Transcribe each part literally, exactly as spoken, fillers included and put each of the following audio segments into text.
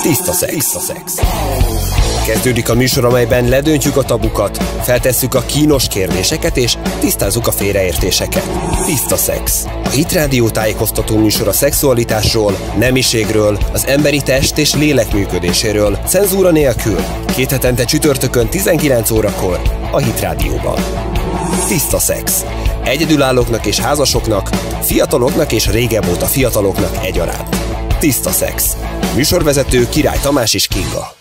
Tiszta szex. Tiszta szex. Kezdődik a műsor, amelyben ledöntjük a tabukat, feltesszük a kínos kérdéseket és tisztázzuk a félreértéseket. Tiszta szex. A Hit Rádió tájékoztató műsor a szexualitásról, nemiségről, az emberi test és lélek működéséről, cenzúra nélkül. Két hetente csütörtökön tizenkilenc órakor a Hit Rádióban. Tiszta szex. Egyedülállóknak és házasoknak, fiataloknak és régebb óta fiataloknak egyaránt. Tiszta szex. Műsorvezető Király Tamás és Kinga.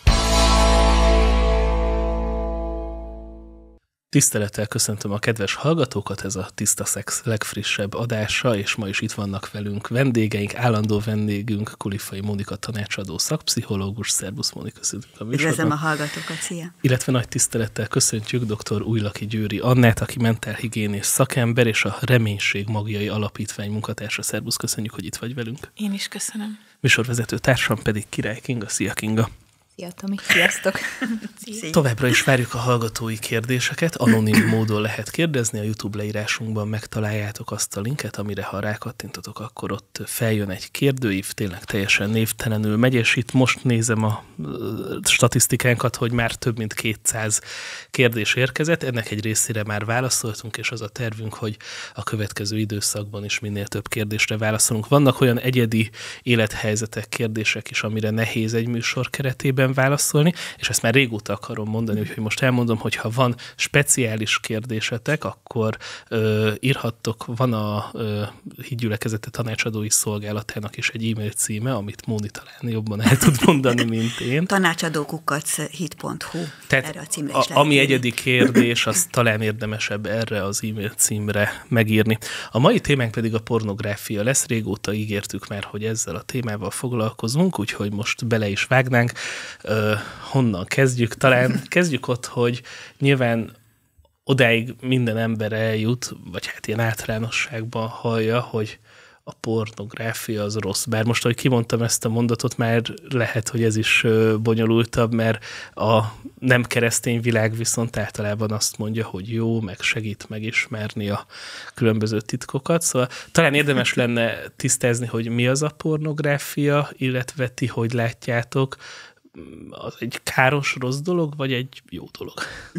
Tisztelettel köszöntöm a kedves hallgatókat, ez a Tiszta Szex legfrissebb adása, és ma is itt vannak velünk vendégeink, állandó vendégünk, Kulifai Mónika tanácsadó szakpszichológus. Szerbusz Mónika, köszönjük a műsorban. Üdvözlöm a hallgatókat, szia! Illetve nagy tisztelettel köszöntjük dr. Újlaki Győri Annát, aki mentálhigiénés szakember, és a Reménység Magjai Alapítvány munkatársa. Szerbusz, köszönjük, hogy itt vagy velünk. Én is köszönöm. Műsorvezető társam pedig Király Kinga. Szia, Kinga! Szia, Tomi! Sziasztok! Szia. Továbbra is várjuk a hallgatói kérdéseket, anonim módon lehet kérdezni, a YouTube leírásunkban megtaláljátok azt a linket, amire ha rákattintotok, akkor ott feljön egy kérdőív, tényleg teljesen névtelenül megy, és itt most nézem a statisztikánkat, hogy már több mint kétszáz kérdés érkezett, ennek egy részére már válaszoltunk, és az a tervünk, hogy a következő időszakban is minél több kérdésre válaszolunk. Vannak olyan egyedi élethelyzetek, kérdések is, amire nehéz egy műsor keretében válaszolni, és ezt már régóta akarom mondani, úgyhogy most elmondom, hogy ha van speciális kérdésetek, akkor ö, írhattok, van a ö, Hitgyülekezete Tanácsadói Szolgálatának is egy e-mail címe, amit Móni talán jobban el tud mondani, mint én. tanácsadó kukac hit pont hu. Tehát erre a címre a, is lehet ami írni. egyedi kérdés, az talán érdemesebb erre az e-mail címre megírni. A mai témánk pedig a pornográfia lesz, régóta ígértük már, hogy ezzel a témával foglalkozunk, úgyhogy most bele is vágnánk. Uh, honnan kezdjük? Talán kezdjük ott, hogy nyilván odáig minden ember eljut, vagy hát ilyen általánosságban hallja, hogy a pornográfia az rossz. Bár most, ahogy kimondtam ezt a mondatot, már lehet, hogy ez is bonyolultabb, mert a nem keresztény világ viszont általában azt mondja, hogy jó, meg segít megismerni a különböző titkokat. Szóval talán érdemes lenne tisztázni, hogy mi az a pornográfia, illetve ti hogy látjátok, az egy káros, rossz dolog, vagy egy jó dolog?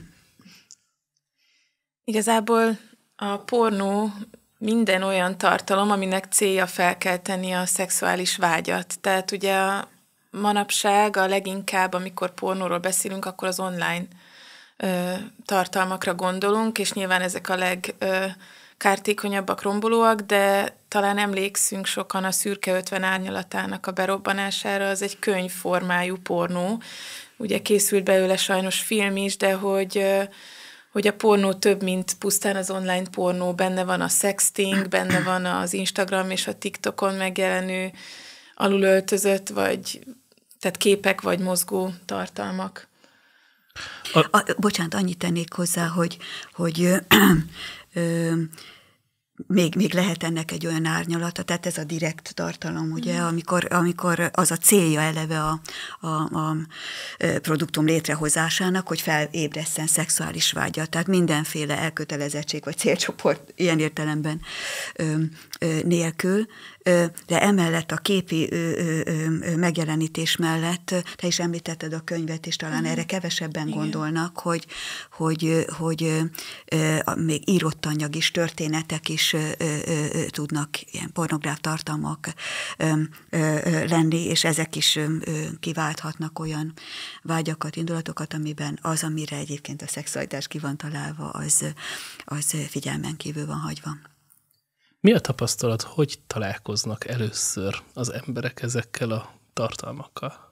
Igazából a pornó minden olyan tartalom, aminek célja felkelteni a szexuális vágyat. Tehát ugye a manapság a leginkább, amikor pornóról beszélünk, akkor az online ö, tartalmakra gondolunk, és nyilván ezek a legkártékonyabbak, rombolóak, de talán emlékszünk sokan a Szürke ötven árnyalatának a berobbanására, az egy könyvformájú pornó. Ugye készült belőle sajnos film is, de hogy, hogy a pornó több, mint pusztán az online pornó. Benne van a sexting, benne van az Instagram és a TikTokon megjelenő alulöltözött, vagy tehát képek, vagy mozgó tartalmak. A, a, bocsánat, annyit tennék hozzá, hogy, hogy ö, ö, Még, még lehet ennek egy olyan árnyalata, tehát ez a direkt tartalom, ugye, amikor, amikor az a célja eleve a, a, a produktum létrehozásának, hogy felébresszen szexuális vágyat, tehát mindenféle elkötelezettség vagy célcsoport ilyen értelemben ö, ö, nélkül, ö, de emellett a képi ö, ö, ö, megjelenítés mellett, te is említetted a könyvet, és talán mm. erre kevesebben Igen. gondolnak, hogy, hogy, hogy ö, ö, még írott anyag is, történetek is Ö, ö, ö, tudnak ilyen pornográf tartalmak ö, ö, ö, lenni, és ezek is ö, ö, kiválthatnak olyan vágyakat, indulatokat, amiben az, amire egyébként a szexualitás ki van találva, az, az figyelmen kívül van hagyva. Mi a tapasztalat, hogy találkoznak először az emberek ezekkel a tartalmakkal?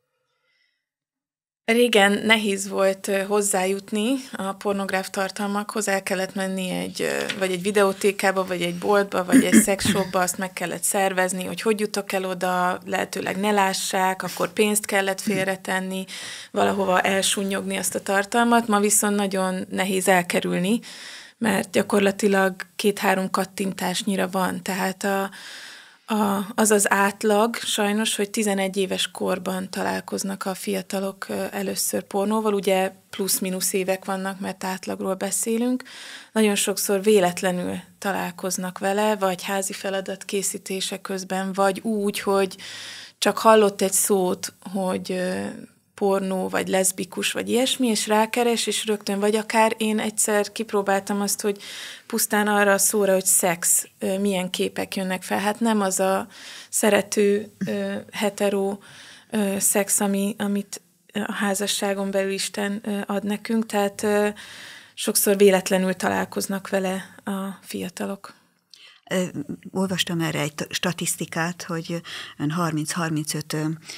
Régen nehéz volt hozzájutni a pornográf tartalmakhoz, el kellett menni egy, vagy egy videótékába, vagy egy boltba, vagy egy szexshopba, azt meg kellett szervezni, hogy hogy jutok el oda, lehetőleg ne lássák, akkor pénzt kellett félretenni, valahova elsúnyogni azt a tartalmat, ma viszont nagyon nehéz elkerülni, mert gyakorlatilag két-három kattintásnyira van, tehát a A, az az átlag sajnos, hogy tizenegy éves korban találkoznak a fiatalok először pornóval, ugye plusz-minusz évek vannak, mert átlagról beszélünk. Nagyon sokszor véletlenül találkoznak vele, vagy házi feladat készítése közben, vagy úgy, hogy csak hallott egy szót, hogy pornó, vagy leszbikus, vagy ilyesmi, és rákeres, és rögtön, vagy akár én egyszer kipróbáltam azt, hogy pusztán arra a szóra, hogy szex, milyen képek jönnek fel. Hát nem az a szerető, hetero szex, ami, amit a házasságon belül Isten ad nekünk, tehát sokszor véletlenül találkoznak vele a fiatalok. Olvastam erre egy statisztikát, hogy harminc-harmincöt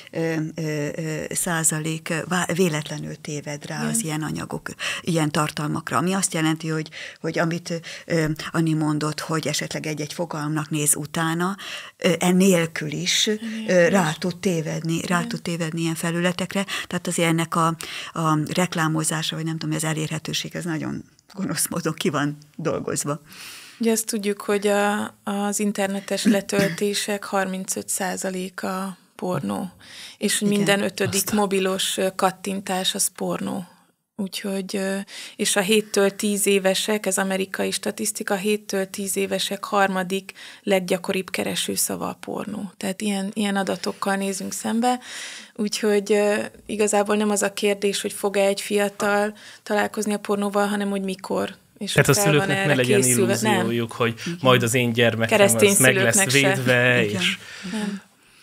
százalék véletlenül téved rá az ilyen anyagok, ilyen tartalmakra, ami azt jelenti, hogy, hogy amit Anni mondott, hogy esetleg egy-egy fogalomnak néz utána, ennélkül is rá tud tévedni, rá tud tévedni ilyen felületekre, tehát azért ennek a, a reklámozása, vagy nem tudom, az elérhetőség, ez nagyon gonosz módon ki van dolgozva. Ugye azt tudjuk, hogy a, az internetes letöltések harmincöt százaléka pornó, és hogy minden ötödik Aztán. mobilos kattintás az pornó. Úgyhogy, és a héttől tíz évesek, ez amerikai statisztika, héttől tíz évesek harmadik leggyakoribb keresőszava a pornó. Tehát ilyen, ilyen adatokkal nézünk szembe. Úgyhogy igazából nem az a kérdés, hogy fog-e egy fiatal találkozni a pornóval, hanem hogy mikor. És tehát a szülőknek ne legyen készülve. illúziójuk, nem. hogy igen. majd az én gyermekem az meg lesz védve, és nem.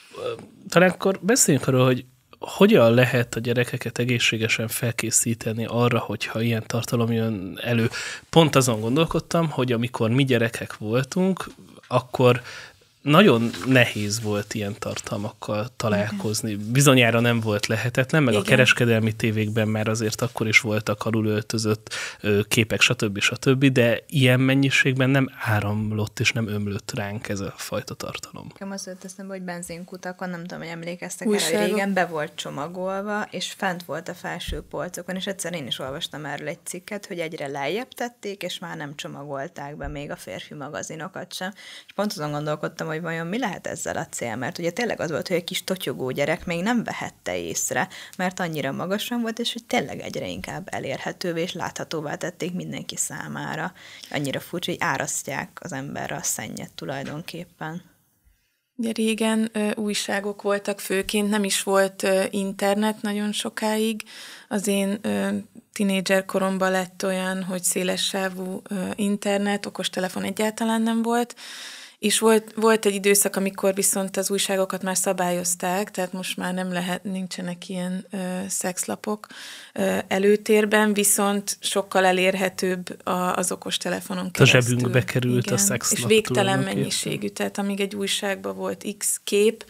Talán akkor beszéljünk arról, hogy hogyan lehet a gyerekeket egészségesen felkészíteni arra, hogyha ilyen tartalom jön elő. Pont azon gondolkodtam, hogy amikor mi gyerekek voltunk, akkor nagyon nehéz volt ilyen tartalmakkal találkozni. Bizonyára nem volt lehetetlen, meg igen. a kereskedelmi tévékben már azért akkor is voltak alulöltözött képek, stb. stb., de ilyen mennyiségben nem áramlott és nem ömlött ránk ez a fajta tartalom. Nekem az jött eszembe, hogy benzinkutakon, nem tudom, hogy emlékeztek erre, hogy régen be volt csomagolva, és fent volt a felső polcokon, és egyszer én is olvastam erről egy cikket, hogy egyre lejjebb tették, és már nem csomagolták be még a férfi magazinokat sem. És pont azon gondolkodtam, hogy vajon mi lehet ezzel a cél, mert ugye tényleg az volt, hogy egy kis totyogó gyerek még nem vehette észre, mert annyira magasan volt, és hogy tényleg egyre inkább elérhetővé és láthatóvá tették mindenki számára. Annyira furcsa, hogy árasztják az emberre a szennyet tulajdonképpen. Ugye régen ö, újságok voltak főként, nem is volt ö, internet nagyon sokáig. Az én ö, tinédzser koromban lett olyan, hogy szélessávú ö, internet, okostelefon egyáltalán nem volt, és volt, volt egy időszak, amikor viszont az újságokat már szabályozták, tehát most már nem lehet, nincsenek ilyen ö, szexlapok ö, előtérben, viszont sokkal elérhetőbb a, az okostelefonon keresztül. A zsebünkbe került igen, a szexlap. És végtelen mennyiségű, tehát amíg egy újságban volt X kép,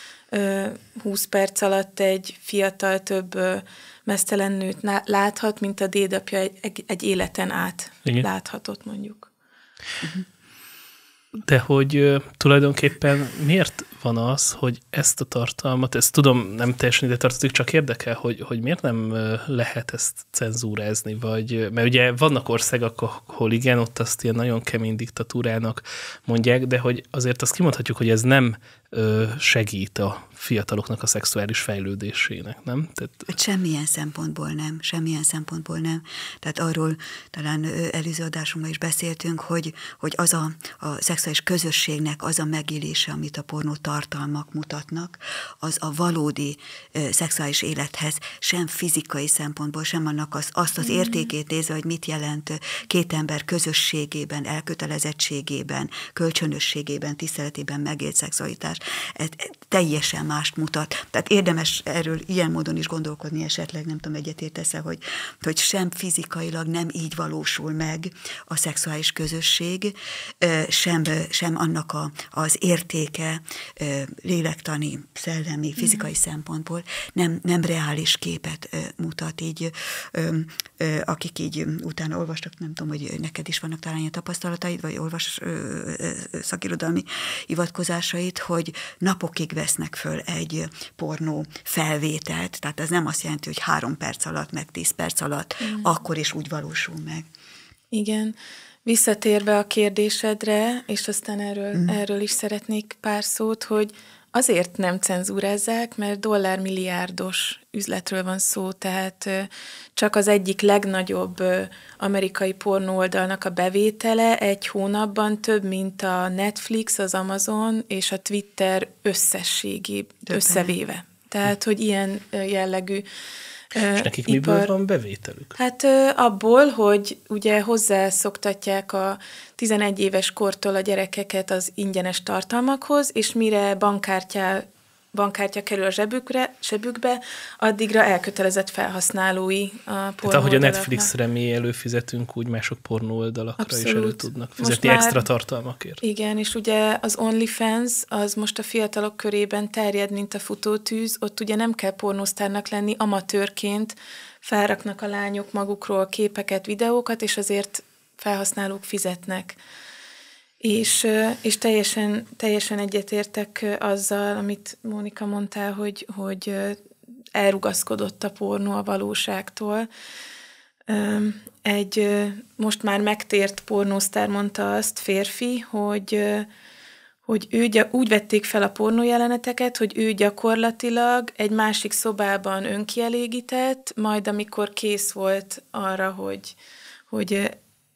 ö, húsz perc alatt egy fiatal több ö, meztelen nőt láthat, mint a dédapja egy, egy, egy életen át igen. láthatott mondjuk. Uh-huh. De hogy uh, tulajdonképpen miért van az, hogy ezt a tartalmat, ezt tudom, nem teljesen ide tartozik, csak érdekel, hogy, hogy miért nem uh, lehet ezt cenzúrázni, vagy, mert ugye vannak országok, ahol igen, ott azt ilyen nagyon kemény diktatúrának mondják, de hogy azért azt kimondhatjuk, hogy ez nem uh, segít a fiataloknak a szexuális fejlődésének, nem? Tehát... Semmilyen szempontból nem, semmilyen szempontból nem. Tehát arról talán előző adásunkban is beszéltünk, hogy, hogy az a, a szexuális közösségnek az a megélése, amit a pornó tartalmak mutatnak, az a valódi ö, szexuális élethez sem fizikai szempontból, sem annak az, azt az értékét nézve, hogy mit jelent két ember közösségében, elkötelezettségében, kölcsönösségében, tiszteletében megélt szexualitás. Ez, ez teljesen mást mutat. Tehát érdemes erről ilyen módon is gondolkodni esetleg, nem tudom, egyetértesz-e, hogy, hogy sem fizikailag nem így valósul meg a szexuális közösség, sem, sem annak a, az értéke lélektani, szellemi, fizikai mm. szempontból nem, nem reális képet mutat. Így, akik így utána olvastak, nem tudom, hogy neked is vannak talán ilyen tapasztalataid, vagy olvas szakirodalmi hivatkozásait, hogy napokig vesznek föl egy pornó felvételt, tehát ez nem azt jelenti, hogy három perc alatt, meg tíz perc alatt, mm. akkor is úgy valósul meg. Igen. Visszatérve a kérdésedre, és aztán erről, mm. erről is szeretnék pár szót, hogy azért nem cenzúrázzák, mert dollármilliárdos üzletről van szó, tehát csak az egyik legnagyobb amerikai pornó oldalnak a bevétele egy hónapban több, mint a Netflix, az Amazon és a Twitter összességé összevéve. Tehát, hogy ilyen jellegű És nekik miből ipar, van bevételük? Hát abból, hogy ugye hozzászoktatják a tizenegy éves kortól a gyerekeket az ingyenes tartalmakhoz, és mire bankkártya, bankkártya kerül a zsebükre, zsebükbe, addigra elkötelezett felhasználói a pornó. Hát ahogy a Netflixre mi előfizetünk, úgy mások pornó oldalakra Abszolút. is elő tudnak fizetni már, extra tartalmakért. Igen, és ugye az OnlyFans az most a fiatalok körében terjed, mint a futótűz, ott ugye nem kell pornósztárnak lenni, amatőrként felraknak a lányok magukról képeket, videókat, és azért felhasználók fizetnek. És, és teljesen, teljesen egyetértek azzal, amit Mónika mondtál, hogy, hogy elrugaszkodott a pornó a valóságtól. Egy most már megtért pornósztár mondta azt, férfi, hogy, hogy ő úgy vették fel a pornójeleneteket, hogy ő gyakorlatilag egy másik szobában önkielégített, majd amikor kész volt arra, hogy, hogy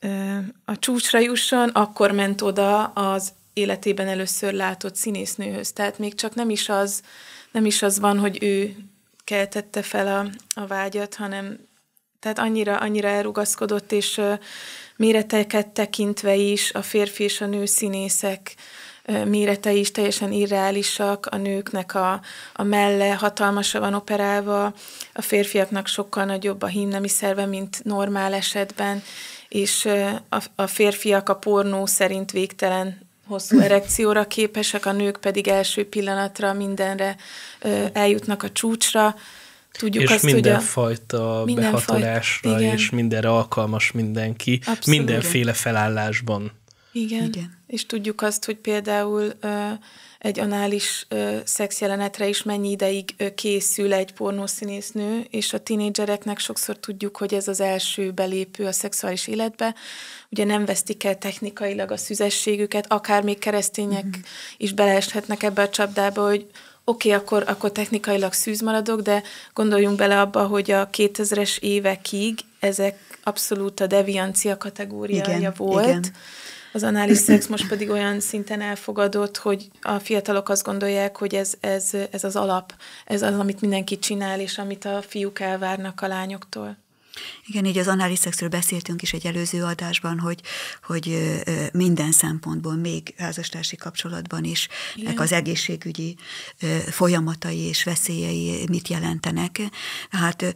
a csúcsra jusson, akkor ment oda az életében először látott színésznőhöz. Tehát még csak nem is az, nem is az van, hogy ő keltette fel a, a vágyat, hanem tehát annyira, annyira elrugaszkodott, és méreteket tekintve is a férfi és a nő színészek méretei is teljesen irreálisak, a nőknek a, a melle hatalmasra van operálva, a férfiaknak sokkal nagyobb a hímnemi szerve, mint normál esetben, és a, a férfiak a pornó szerint végtelen hosszú erekcióra képesek, a nők pedig első pillanatra mindenre eljutnak a csúcsra. Tudjuk és azt, mindenfajta minden behatolásra, fajt, és mindenre alkalmas mindenki, Abszolút. mindenféle felállásban. Igen. igen, és tudjuk azt, hogy például ö, egy anális ö, szexjelenetre is mennyi ideig ö, készül egy pornószínésznő, és a tínédzsereknek sokszor tudjuk, hogy ez az első belépő a szexuális életbe. Ugye nem vesztik el technikailag a szüzességüket, akár még keresztények mm-hmm. is beleeshetnek ebbe a csapdába, hogy oké, okay, akkor, akkor technikailag szűz maradok, de gondoljunk bele abba, hogy a kétezres évekig ezek abszolút a deviancia kategóriája igen, volt. Igen. Az anális szex most pedig olyan szinten elfogadott, hogy a fiatalok azt gondolják, hogy ez, ez, ez az alap, ez az, amit mindenki csinál, és amit a fiúk elvárnak a lányoktól. Igen, így az anális szexről beszéltünk is egy előző adásban, hogy, hogy minden szempontból, még házastársi kapcsolatban is igen. az egészségügyi folyamatai és veszélyei mit jelentenek. Hát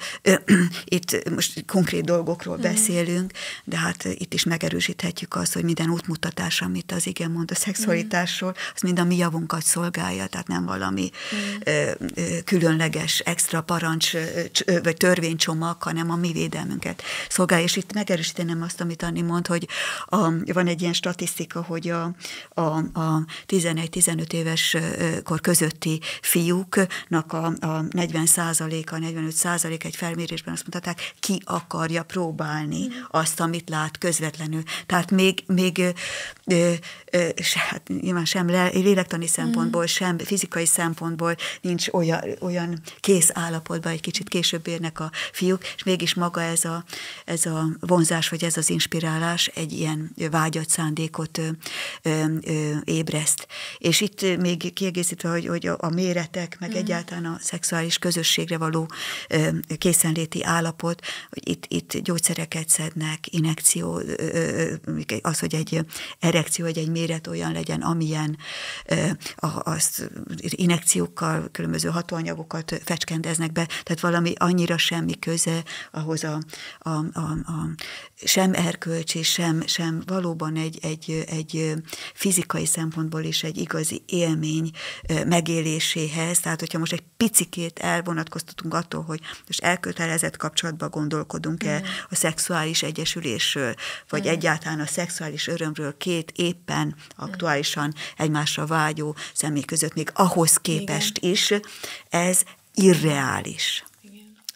itt most konkrét dolgokról mm. beszélünk, de hát itt is megerősíthetjük azt, hogy minden útmutatás, amit az igen mond a szexualitásról, az mind a mi javunkat szolgálja, tehát nem valami mm. különleges, extra parancs vagy törvénycsomag, hanem a mi védelmünket szolgálja. És itt megerősítenem azt, amit Anni mond, hogy a, van egy ilyen statisztika, hogy a, a, a tizenegy-tizenöt éves kor közötti fiúknak a, a negyven százaléka, negyvenöt százalék egy felmérésben azt mondták, ki akarja próbálni mm. azt, amit lát közvetlenül. Tehát még, még ö, ö, hát nyilván sem lélektani szempontból, mm. sem fizikai szempontból nincs olyan, olyan kész állapotban, egy kicsit később érnek a fiúk, és mégis maga ez a, ez a vonzás, vagy ez az inspirálás egy ilyen vágyat, szándékot ö, ö, ö, ébreszt. És itt még kiegészítve, hogy, hogy a méretek, meg mm. egyáltalán a szexuális közösségre való ö, készenléti állapot, hogy itt, itt gyógyszereket szednek, injekció, ö, ö, az, hogy egy erekció, hogy egy méret olyan legyen, amilyen ö, azt injekciókkal különböző hatóanyagokat fecskendeznek be, tehát valami annyira semmi köze ahhoz a, a, a, a sem erkölcs és sem, sem valóban egy, egy, egy fizikai szempontból is egy igazi élmény megéléséhez, tehát hogyha most egy picikét elvonatkoztatunk attól, hogy most elkötelezett kapcsolatban gondolkodunk-e mm. a szexuális egyesülésről, vagy mm. egyáltalán a szexuális örömről két éppen aktuálisan egymásra vágyó személy között, még ahhoz képest Igen. is, ez irreális.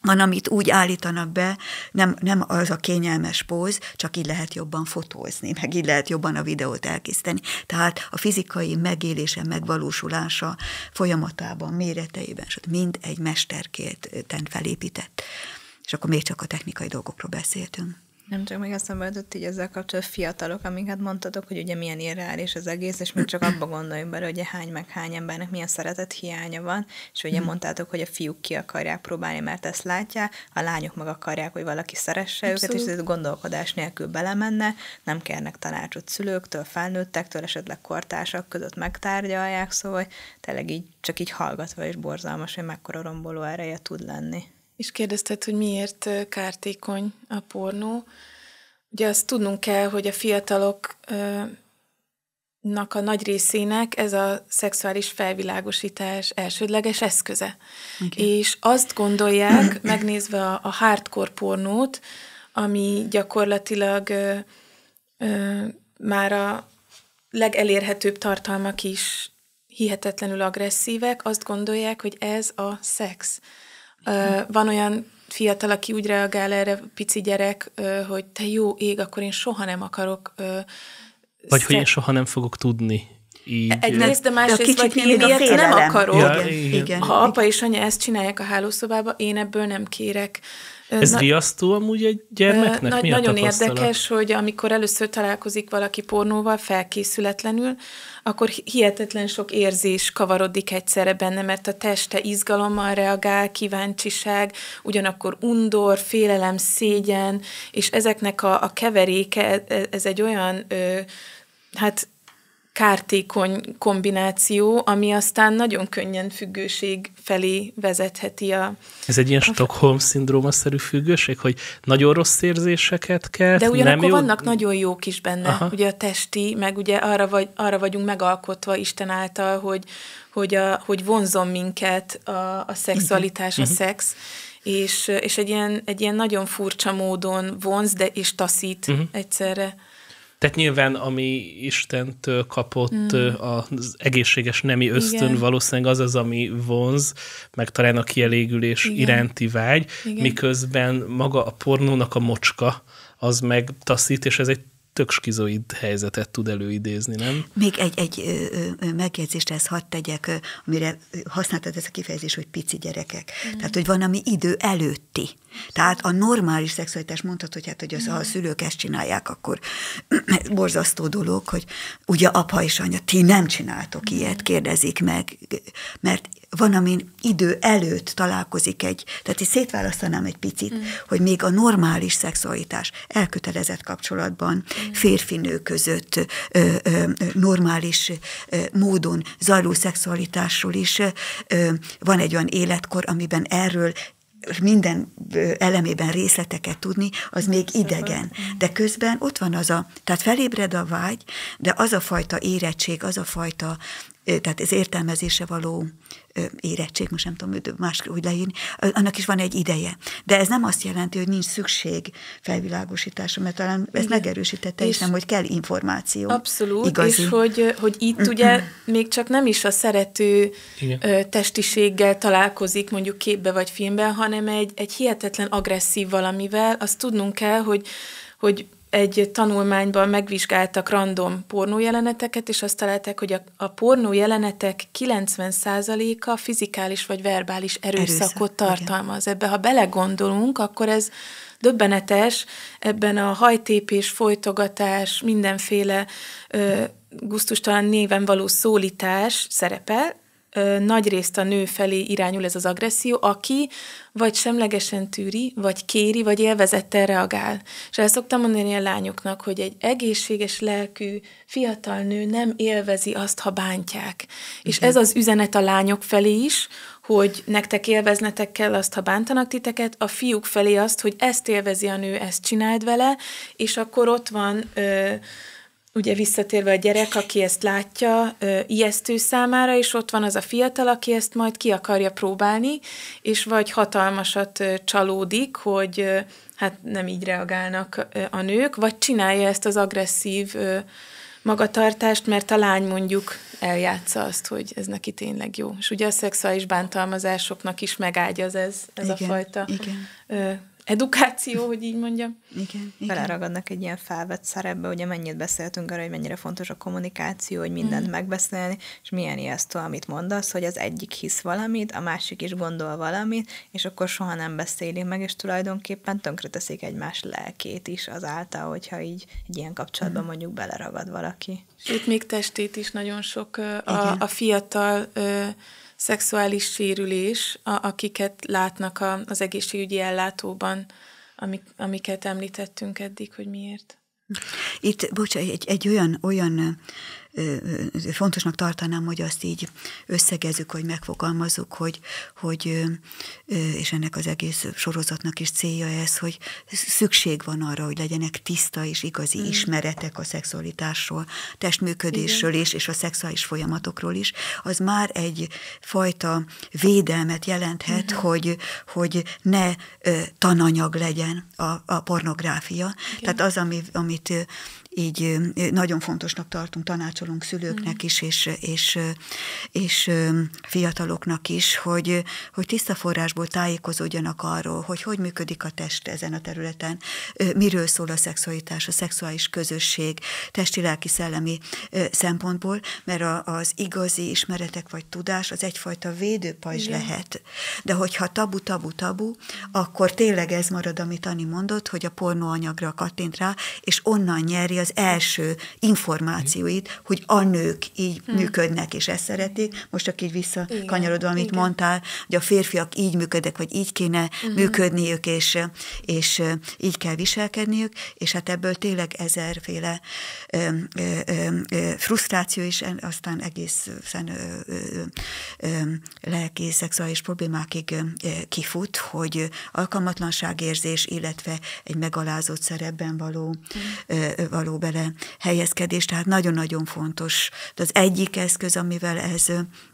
van, amit úgy állítanak be, nem, nem az a kényelmes póz, csak így lehet jobban fotózni, meg így lehet jobban a videót elkészíteni. Tehát a fizikai megélése, megvalósulása folyamatában, méreteiben, mind egy mesterkélten felépített. És akkor még csak a technikai dolgokról beszéltünk. Nem csak még eszembe jutott így ezzel kapcsolatban fiatalok, amiket mondtatok, hogy ugye milyen irreális az egész, és még csak abba gondoljunk bele, hogy hány meg hány embernek milyen szeretet hiánya van, és ugye hmm. mondtátok, hogy a fiúk ki akarják próbálni, mert ezt látják, a lányok meg akarják, hogy valaki szeresse Abszolút. őket, és ez gondolkodás nélkül belemenne, nem kérnek tanácsot szülőktől, felnőttektől, esetleg kortársak között megtárgyalják, szóval tényleg így csak így hallgatva is borzalmas, hogy mekkora romboló ereje tud lenni. És kérdezted, hogy miért kártékony a pornó. Ugye azt tudnunk kell, hogy a fiataloknak a nagy részének ez a szexuális felvilágosítás elsődleges eszköze. Okay. És azt gondolják, megnézve a, a hardcore pornót, ami gyakorlatilag ö, ö, már a legelérhetőbb tartalmak is hihetetlenül agresszívek, azt gondolják, hogy ez a szex. Van olyan fiatal, aki úgy reagál erre, pici gyerek, hogy te jó ég, akkor én soha nem akarok... Vagy szer- hogy én soha nem fogok tudni. Így. Egyrészt, de másrészt, vagy én ilyet nem akarok. Ja, igen. Igen. Ha apa és anya ezt csinálják a hálószobába, én ebből nem kérek. Ez Na, riasztó amúgy egy gyermeknek? Nagy, Mi a nagyon tapasztalat? Érdekes, hogy amikor először találkozik valaki pornóval felkészületlenül, akkor hihetetlen sok érzés kavarodik egyszerre benne, mert a teste izgalommal reagál, kíváncsiság, ugyanakkor undor, félelem, szégyen, és ezeknek a, a keveréke, ez egy olyan, ö, hát kártékony kombináció, ami aztán nagyon könnyen függőség felé vezetheti a... Ez egy ilyen Stockholm-szindróma-szerű függőség, hogy nagyon rossz érzéseket kelt, de ugyanakkor nem jó... vannak nagyon jók is benne, Aha. ugye a testi, meg ugye arra, vagy, arra vagyunk megalkotva Isten által, hogy, hogy, a, hogy vonzon minket a, a szexualitás, uh-huh. a szex, és, és egy, ilyen, egy ilyen nagyon furcsa módon vonz, de és taszít uh-huh. egyszerre. Tehát nyilván, ami Istentől kapott mm. az egészséges nemi ösztön, Igen. valószínűleg az az, ami vonz, meg talán a kielégülés Igen. iránti vágy, Igen. miközben maga a pornónak a mocska, az meg taszít, és ez egy tök skizoid helyzetet tud előidézni, nem? Még egy, egy ö, ö, megjegyzést ezt hadd tegyek, amire használtad ezt a kifejezést, hogy pici gyerekek. Mm. Tehát, hogy van, ami idő előtti. Tehát a normális szexualitás mondhat, hogy hát, hogy az, ha a szülők ezt csinálják, akkor borzasztó dolog, hogy ugye apa és anya, ti nem csináltok ilyet, kérdezik meg, mert van, amin idő előtt találkozik egy, tehát így szétválasztanám egy picit, mm. hogy még a normális szexualitás elkötelezett kapcsolatban mm. férfi-nő között ö, ö, normális ö, módon zajló szexualitásról is ö, van egy olyan életkor, amiben erről minden elemében részleteket tudni, az még idegen. De közben ott van az a, tehát felébred a vágy, de az a fajta érettség, az a fajta, tehát ez értelmezése való érettség, most nem tudom másképp úgy leírni, annak is van egy ideje. De ez nem azt jelenti, hogy nincs szükség felvilágosításra, mert talán ezt megerősítette is, nem, hogy kell információ. Abszolút, igazi. És hogy, hogy itt ugye még csak nem is a szerető Igen. testiséggel találkozik mondjuk képbe vagy filmben, hanem egy, egy hihetetlen agresszív valamivel. Azt tudnunk kell, hogy, hogy egy tanulmányban megvizsgáltak random pornójeleneteket, és azt találták, hogy a, a pornójelenetek kilencven százaléka fizikális vagy verbális erőszakot Erőszak, tartalmaz. Igen. Ebbe, ha belegondolunk, akkor ez döbbenetes, ebben a hajtépés, folytogatás, mindenféle ö, gusztustalan néven való szólítás szerepel, nagyrészt a nő felé irányul ez az agresszió, aki vagy semlegesen tűri, vagy kéri, vagy élvezettel reagál. És el szoktam mondani a lányoknak, hogy egy egészséges lelkű fiatal nő nem élvezi azt, ha bántják. Igen. És ez az üzenet a lányok felé is, hogy nektek élveznetek kell azt, ha bántanak titeket, a fiúk felé azt, hogy ezt élvezi a nő, ezt csináld vele, és akkor ott van... Ö, ugye visszatérve a gyerek, aki ezt látja, ö, ijesztő számára, és ott van az a fiatal, aki ezt majd ki akarja próbálni, és vagy hatalmasat ö, csalódik, hogy ö, hát nem így reagálnak ö, a nők, vagy csinálja ezt az agresszív ö, magatartást, mert a lány mondjuk eljátsza azt, hogy ez neki tényleg jó. És ugye a szexuális bántalmazásoknak is megágyaz ez, ez igen, a fajta igen. Ö, edukáció, hogy így mondjam. Igen, igen. Beleragadnak egy ilyen felvett szerepbe, ugye mennyit beszéltünk arra, hogy mennyire fontos a kommunikáció, hogy mindent mm. megbeszélni, és milyen ijesztő, amit mondasz, hogy az egyik hisz valamit, a másik is gondol valamit, és akkor soha nem beszélik meg, és tulajdonképpen tönkreteszik egymás lelkét is azáltal, hogyha így egy ilyen kapcsolatban mm. mondjuk beleragad valaki. Itt még testét is nagyon sok a, a fiatal ö, szexuális sérülés, a, akiket látnak a, az egészségügyi ellátóban, amik, amiket említettünk eddig, hogy miért. Itt, bocsánat, egy, egy olyan, olyan ö, ö, fontosnak tartanám, hogy azt így összegezzük, hogy megfogalmazzuk, hogy, hogy ö, és ennek az egész sorozatnak is célja ez, hogy szükség van arra, hogy legyenek tiszta és igazi mm. ismeretek a szexualitásról, testműködésről is, és a szexuális folyamatokról is. Az már egy fajta védelmet jelenthet, mm. hogy, hogy ne ö, tananyag legyen a, a pornográfia. Igen. Tehát az, ami, amit így nagyon fontosnak tartunk, tanácsolunk szülőknek is, és, és, és fiataloknak is, hogy, hogy tiszta forrásból tájékozódjanak arról, hogy hogy működik a test ezen a területen, miről szól a szexualitás, a szexuális közösség, testi, lelki, szellemi szempontból, mert az igazi ismeretek vagy tudás az egyfajta védőpajzs igen. lehet. De hogyha tabu, tabu, tabu, akkor tényleg ez marad, amit Ani mondott, hogy a pornóanyagra kattint rá, és onnan nyeri az első információit, hogy a nők így hmm. működnek, és ezt szeretik. Most csak így visszakanyarodva, amit igen. mondtál, hogy a férfiak így működnek, vagy így kéne hmm. működniük, és, és így kell viselkedniük, és hát ebből tényleg ezerféle ö, ö, ö, frusztráció is, aztán egészen ö, ö, ö, lelki, szexuális problémákig ö, kifut, hogy alkalmatlanságérzés, illetve egy megalázott szerepben való, hmm. ö, való bele helyezkedés, tehát nagyon-nagyon fontos. De az egyik eszköz, amivel ez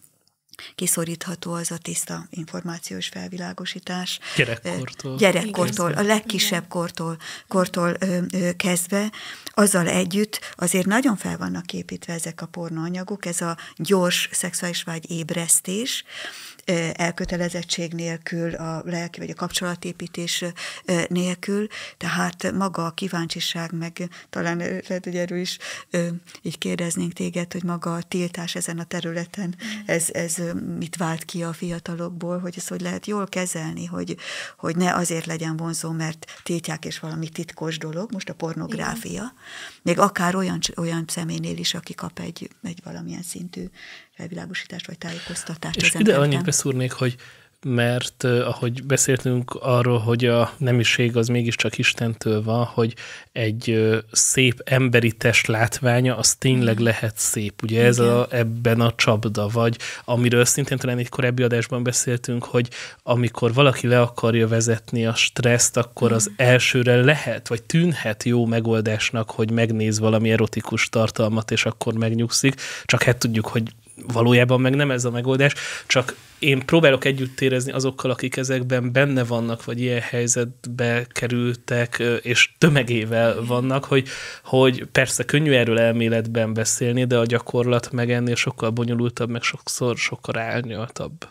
kiszorítható, az a tiszta információs felvilágosítás. Gyerekkortól. Gyerekkortól, a legkisebb kortól, kortól ö, ö, kezdve. Azzal együtt azért nagyon fel vannak építve ezek a pornóanyagok, ez a gyors szexuális vágy ébresztés, elkötelezettség nélkül, a lelki vagy a kapcsolatépítés nélkül, tehát maga a kíváncsiság, meg talán lehet, hogy erről is így kérdeznénk téged, hogy maga a tiltás ezen a területen, ez, ez mit vált ki a fiatalokból, hogy ezt hogy lehet jól kezelni, hogy, hogy ne azért legyen vonzó, mert tiltják és valami titkos dolog, most a pornográfia, igen. még akár olyan, olyan személynél is, aki kap egy, egy valamilyen szintű felvilágosítást vagy tájékoztatást. És ide annyit beszúrnék, hogy mert uh, ahogy beszéltünk arról, hogy a nemiség az mégiscsak Istentől van, hogy egy uh, szép emberi test látványa, az tényleg mm. lehet szép. Ugye ez a, ebben a csapda, vagy amiről szintén talán egy korábbi adásban beszéltünk, hogy amikor valaki le akarja vezetni a stresszt, akkor mm. az elsőre lehet, vagy tűnhet jó megoldásnak, hogy megnéz valami erotikus tartalmat, és akkor megnyugszik. Csak hát tudjuk, hogy valójában meg nem ez a megoldás, csak én próbálok együtt érezni azokkal, akik ezekben benne vannak, vagy ilyen helyzetbe kerültek, és tömegével vannak, hogy, hogy persze könnyű erről elméletben beszélni, de a gyakorlat meg ennél sokkal bonyolultabb, meg sokszor sokkal árnyaltabb.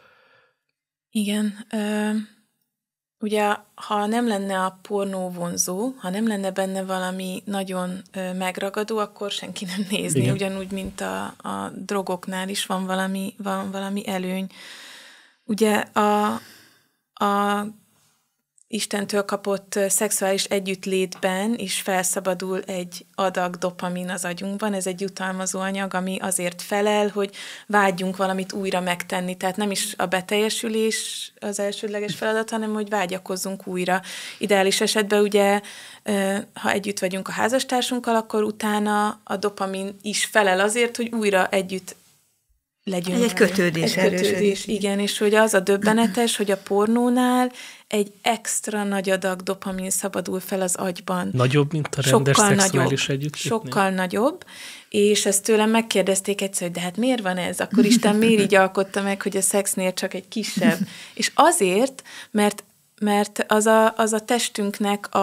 Igen. Ö- Ugye, ha nem lenne a pornó vonzó, ha nem lenne benne valami nagyon ö, megragadó, akkor senki nem nézni. Igen. Ugyanúgy, mint a, a drogoknál is van valami, van valami előny. Ugye a, a Istentől kapott szexuális együttlétben is felszabadul egy adag dopamin az agyunkban, ez egy jutalmazó anyag, ami azért felel, hogy vágyjunk valamit újra megtenni. Tehát nem is a beteljesülés az elsődleges feladat, hanem hogy vágyakozzunk újra. Ideális esetben ugye, ha együtt vagyunk a házastársunkkal, akkor utána a dopamin is felel azért, hogy újra együtt legyünk. Egy kötődés. Egy kötődés, igen, és hogy az a döbbenetes, hogy a pornónál egy extra nagy adag dopamin szabadul fel az agyban. Nagyobb, mint a rendes sokkal szexuális együttlétnél? Sokkal nagyobb, és ezt tőlem megkérdezték egyszer, hogy de hát miért van ez? Akkor Isten miért így alkotta meg, hogy a szexnél csak egy kisebb? És azért, mert, mert az, a, az a testünknek a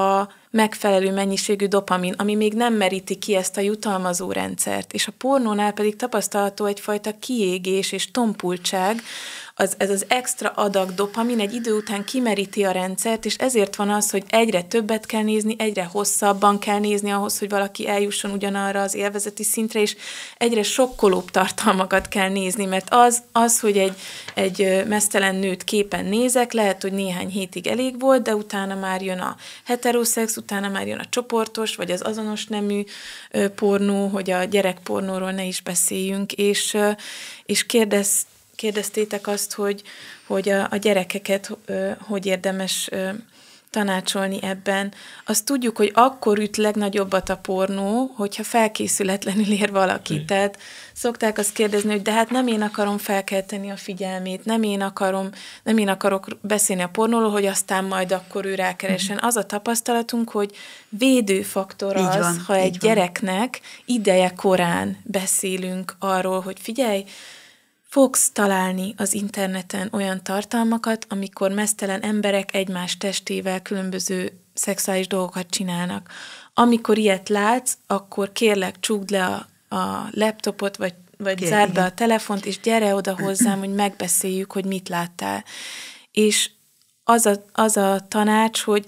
megfelelő mennyiségű dopamin, ami még nem meríti ki ezt a jutalmazó rendszert. És a pornónál pedig tapasztalható egyfajta kiégés és tompultság, az, ez az extra adag dopamin egy idő után kimeríti a rendszert, és ezért van az, hogy egyre többet kell nézni, egyre hosszabban kell nézni ahhoz, hogy valaki eljusson ugyanarra az élvezeti szintre, és egyre sokkolóbb tartalmakat kell nézni, mert az, az hogy egy, egy meztelen nőt képen nézek, lehet, hogy néhány hétig elég volt, de utána már jön a heteroszex, utána már jön a csoportos, vagy az azonos nemű pornó, hogy a gyerekpornóról ne is beszéljünk, és, és kérdez Kérdeztétek azt, hogy, hogy a, a gyerekeket ö, hogy érdemes ö, tanácsolni ebben. Azt tudjuk, hogy akkor üt legnagyobbat a pornó, hogyha felkészületlenül ér valaki. Mm. Tehát szokták azt kérdezni, hogy de hát nem én akarom felkelteni a figyelmét, nem én akarom, nem én akarok beszélni a pornóról, hogy aztán majd akkor ő rákeresen. Mm. Az a tapasztalatunk, hogy védőfaktor az, van, ha egy van. Gyereknek ideje korán beszélünk arról, hogy figyelj, fogsz találni az interneten olyan tartalmakat, amikor meztelen emberek egymás testével különböző szexuális dolgokat csinálnak. Amikor ilyet látsz, akkor kérlek csukd le a, a laptopot, vagy, vagy zárd be a telefont, és gyere oda hozzám, hogy megbeszéljük, hogy mit láttál. És az a, az a tanács, hogy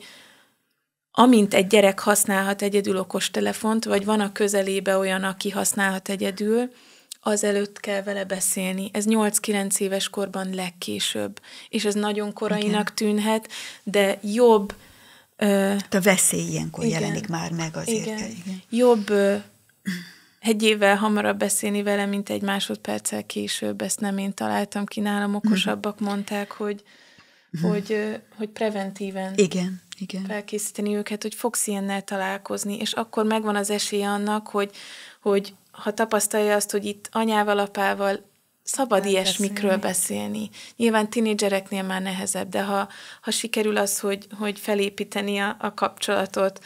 amint egy gyerek használhat egyedül okostelefont, vagy van a közelébe olyan, aki használhat egyedül, azelőtt kell vele beszélni. Ez nyolc-kilenc éves korban legkésőbb. És ez nagyon korainak tűnhet, de jobb... Uh, a veszély ilyenkor igen, jelenik már meg azért. Igen. Igen. Jobb uh, egy évvel hamarabb beszélni vele, mint egy másodperccel később. Ezt nem én találtam ki, nálam okosabbak mondták, hogy, hogy, uh, hogy preventíven igen, igen. felkészíteni őket, hogy fogsz ilyennel találkozni, és akkor megvan az esélye annak, hogy, hogy ha tapasztalja azt, hogy itt anyával, apával szabad ilyesmikről beszélni. Nyilván tinédzsereknél már nehezebb, de ha, ha sikerül az, hogy, hogy felépíteni a, a kapcsolatot,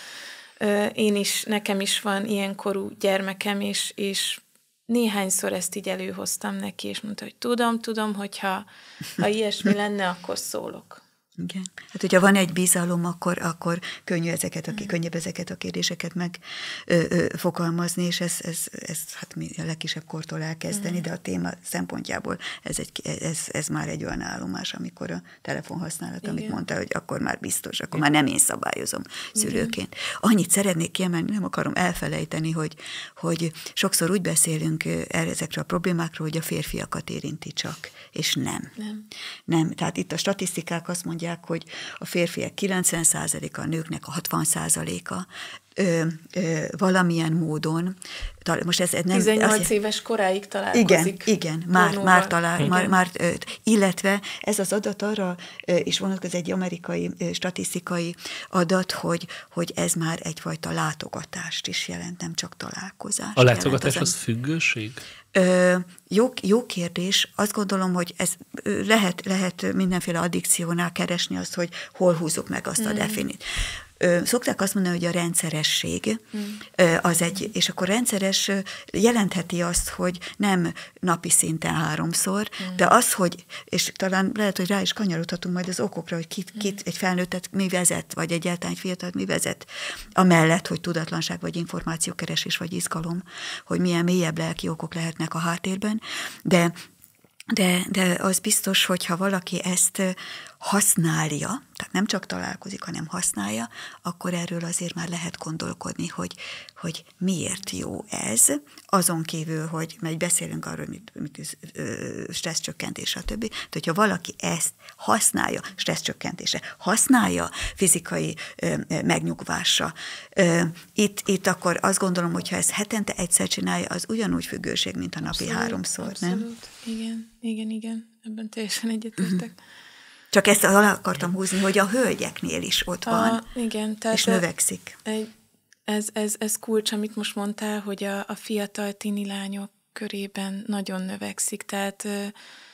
én is, nekem is van ilyenkorú gyermekem, és, és néhányszor ezt így előhoztam neki, és mondta, hogy tudom, tudom, hogyha ha ilyesmi lenne, akkor szólok. Igen. Hát, hogyha van egy bizalom, akkor, akkor könnyű ezeket, aki, könnyebb ezeket a kérdéseket megfogalmazni, és ez, ez, ez hát mi a legkisebb kortól elkezdeni, mm. de a téma szempontjából ez, egy, ez, ez már egy olyan állomás, amikor a telefonhasználat, igen. amit mondta, hogy akkor már biztos, akkor igen. már nem én szabályozom szülőként. Igen. Annyit szeretnék kiemelni, nem akarom elfelejteni, hogy, hogy sokszor úgy beszélünk ezekről a problémákról, hogy a férfiakat érinti csak, és nem. Nem. nem. Tehát itt a statisztikák azt mondják, hogy a férfiak kilencven százaléka, a nőknek a hatvan százaléka ö, ö, valamilyen módon, most ez nem... tizennyolc azt, éves koráig találkozik. Igen, igen, már, már talál, igen. Már, már, illetve ez az adat arra is vonatkozik, egy amerikai statisztikai adat, hogy, hogy ez már egyfajta látogatást is jelent, nem csak találkozást. A látogatás az, az függőség? Ö, jó, jó kérdés. Azt gondolom, hogy ez lehet, lehet mindenféle addikciónál keresni azt, hogy hol húzzuk meg azt mm. a definit. Szokták azt mondani, hogy a rendszeresség mm. az egy, és akkor rendszeres jelentheti azt, hogy nem napi szinten háromszor, mm. de az, hogy, és talán lehet, hogy rá is kanyarodhatunk majd az okokra, hogy kit, kit egy felnőttet mi vezet, vagy egyáltalán egy fiatalt mi vezet, amellett, hogy tudatlanság, vagy információkeresés, vagy izgalom, hogy milyen mélyebb lelki okok lehetnek a háttérben, de De, de az biztos, hogy ha valaki ezt használja, tehát nem csak találkozik, hanem használja, akkor erről azért már lehet gondolkodni, hogy, hogy miért jó ez, azon kívül, hogy meg beszélünk arról, mit, mit stresszcsökkentés, stb. Tehát, hogyha valaki ezt használja, stresszcsökkentése, használja fizikai ö, megnyugvásra, ö, itt, itt akkor azt gondolom, hogyha ezt hetente egyszer csinálja, az ugyanúgy függőség, mint a napi abszolút, háromszor, abszolút. Nem? Igen, igen, igen, ebben teljesen egyetértek. Csak ezt alá akartam húzni, hogy a hölgyeknél is ott van, a, igen, tehát és növekszik. Egy, ez, ez, ez kulcs, amit most mondtál, hogy a, a fiatal tini lányok körében nagyon növekszik, tehát ö,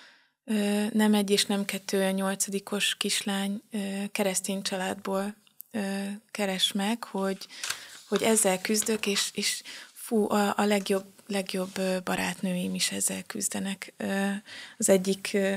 ö, nem egy és nem kettő, a nyolcadikos kislány ö, keresztény családból ö, keres meg, hogy, hogy ezzel küzdök, és, és fú, a, a legjobb, legjobb barátnőim is ezzel küzdenek. Ö, az egyik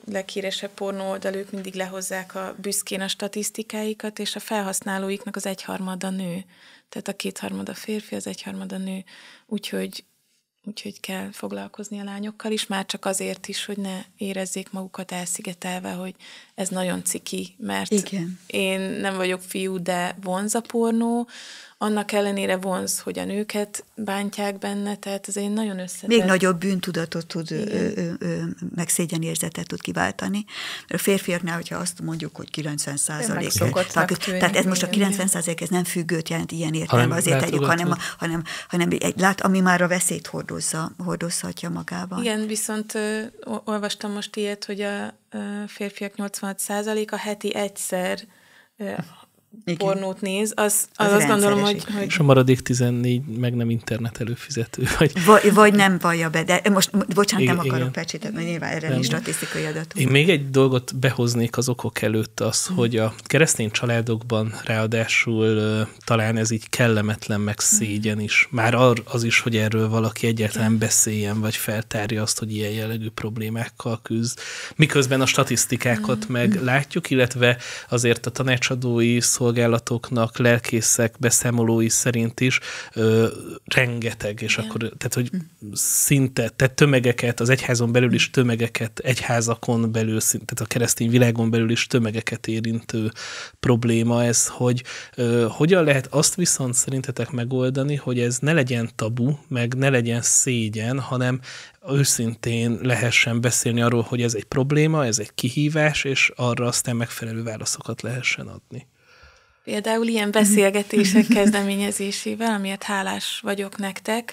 leghíresebb pornó oldal, ők mindig lehozzák a büszkén a statisztikáikat, és a felhasználóiknak az egyharmada nő. Tehát a kétharmada férfi, az egyharmada nő. Úgyhogy Úgyhogy kell foglalkozni a lányokkal is, már csak azért is, hogy ne érezzék magukat elszigetelve, hogy ez nagyon ciki, mert Igen. én nem vagyok fiú, de vonz a pornó, annak ellenére vonz, hogy a nőket bántják benne, tehát ez egy nagyon összetett. Még nagyobb bűntudatot tud, ö, ö, ö, meg szégyenérzetet tud kiváltani. A férfiaknál, hogyha azt mondjuk, hogy kilencven százalék. Tehát ez most a kilencven százalék, ez nem függőt jelent ilyen értelme, azért tegyük, hanem, hanem, hanem egy lát, ami már a veszélyt hordozza, hordozhatja magában. Igen, viszont ö, olvastam most ilyet, hogy a ö, férfiak nyolcvanhat százaléka heti egyszer ö, igen. pornót néz, az, az, az azt gondolom, hogy, hogy... És a maradék tizennégy meg nem internet előfizető. Vagy, vagy, vagy nem vallja be, de most, bocsánat, igen, nem akarok igen. pecsíteni, mert nyilván erre nincs statisztikai adatunk. Én még egy dolgot behoznék az okok előtt, az, hmm. hogy a keresztény családokban ráadásul talán ez így kellemetlen, meg szégyen is. Már az is, hogy erről valaki egyáltalán beszéljen, vagy feltárja azt, hogy ilyen jellegű problémákkal küzd. Miközben a statisztikákat hmm. meg látjuk, illetve azért a tanácsadói szolgálatoknak, lelkészek beszámolói szerint is ö, rengeteg, és igen. akkor, tehát, hogy szinte, tehát tömegeket, az egyházon belül is tömegeket, egyházakon belül, tehát a keresztény világon belül is tömegeket érintő probléma ez, hogy ö, hogyan lehet azt viszont szerintetek megoldani, hogy ez ne legyen tabu, meg ne legyen szégyen, hanem őszintén lehessen beszélni arról, hogy ez egy probléma, ez egy kihívás, és arra aztán megfelelő válaszokat lehessen adni. Például ilyen beszélgetések kezdeményezésével, amiért hálás vagyok nektek,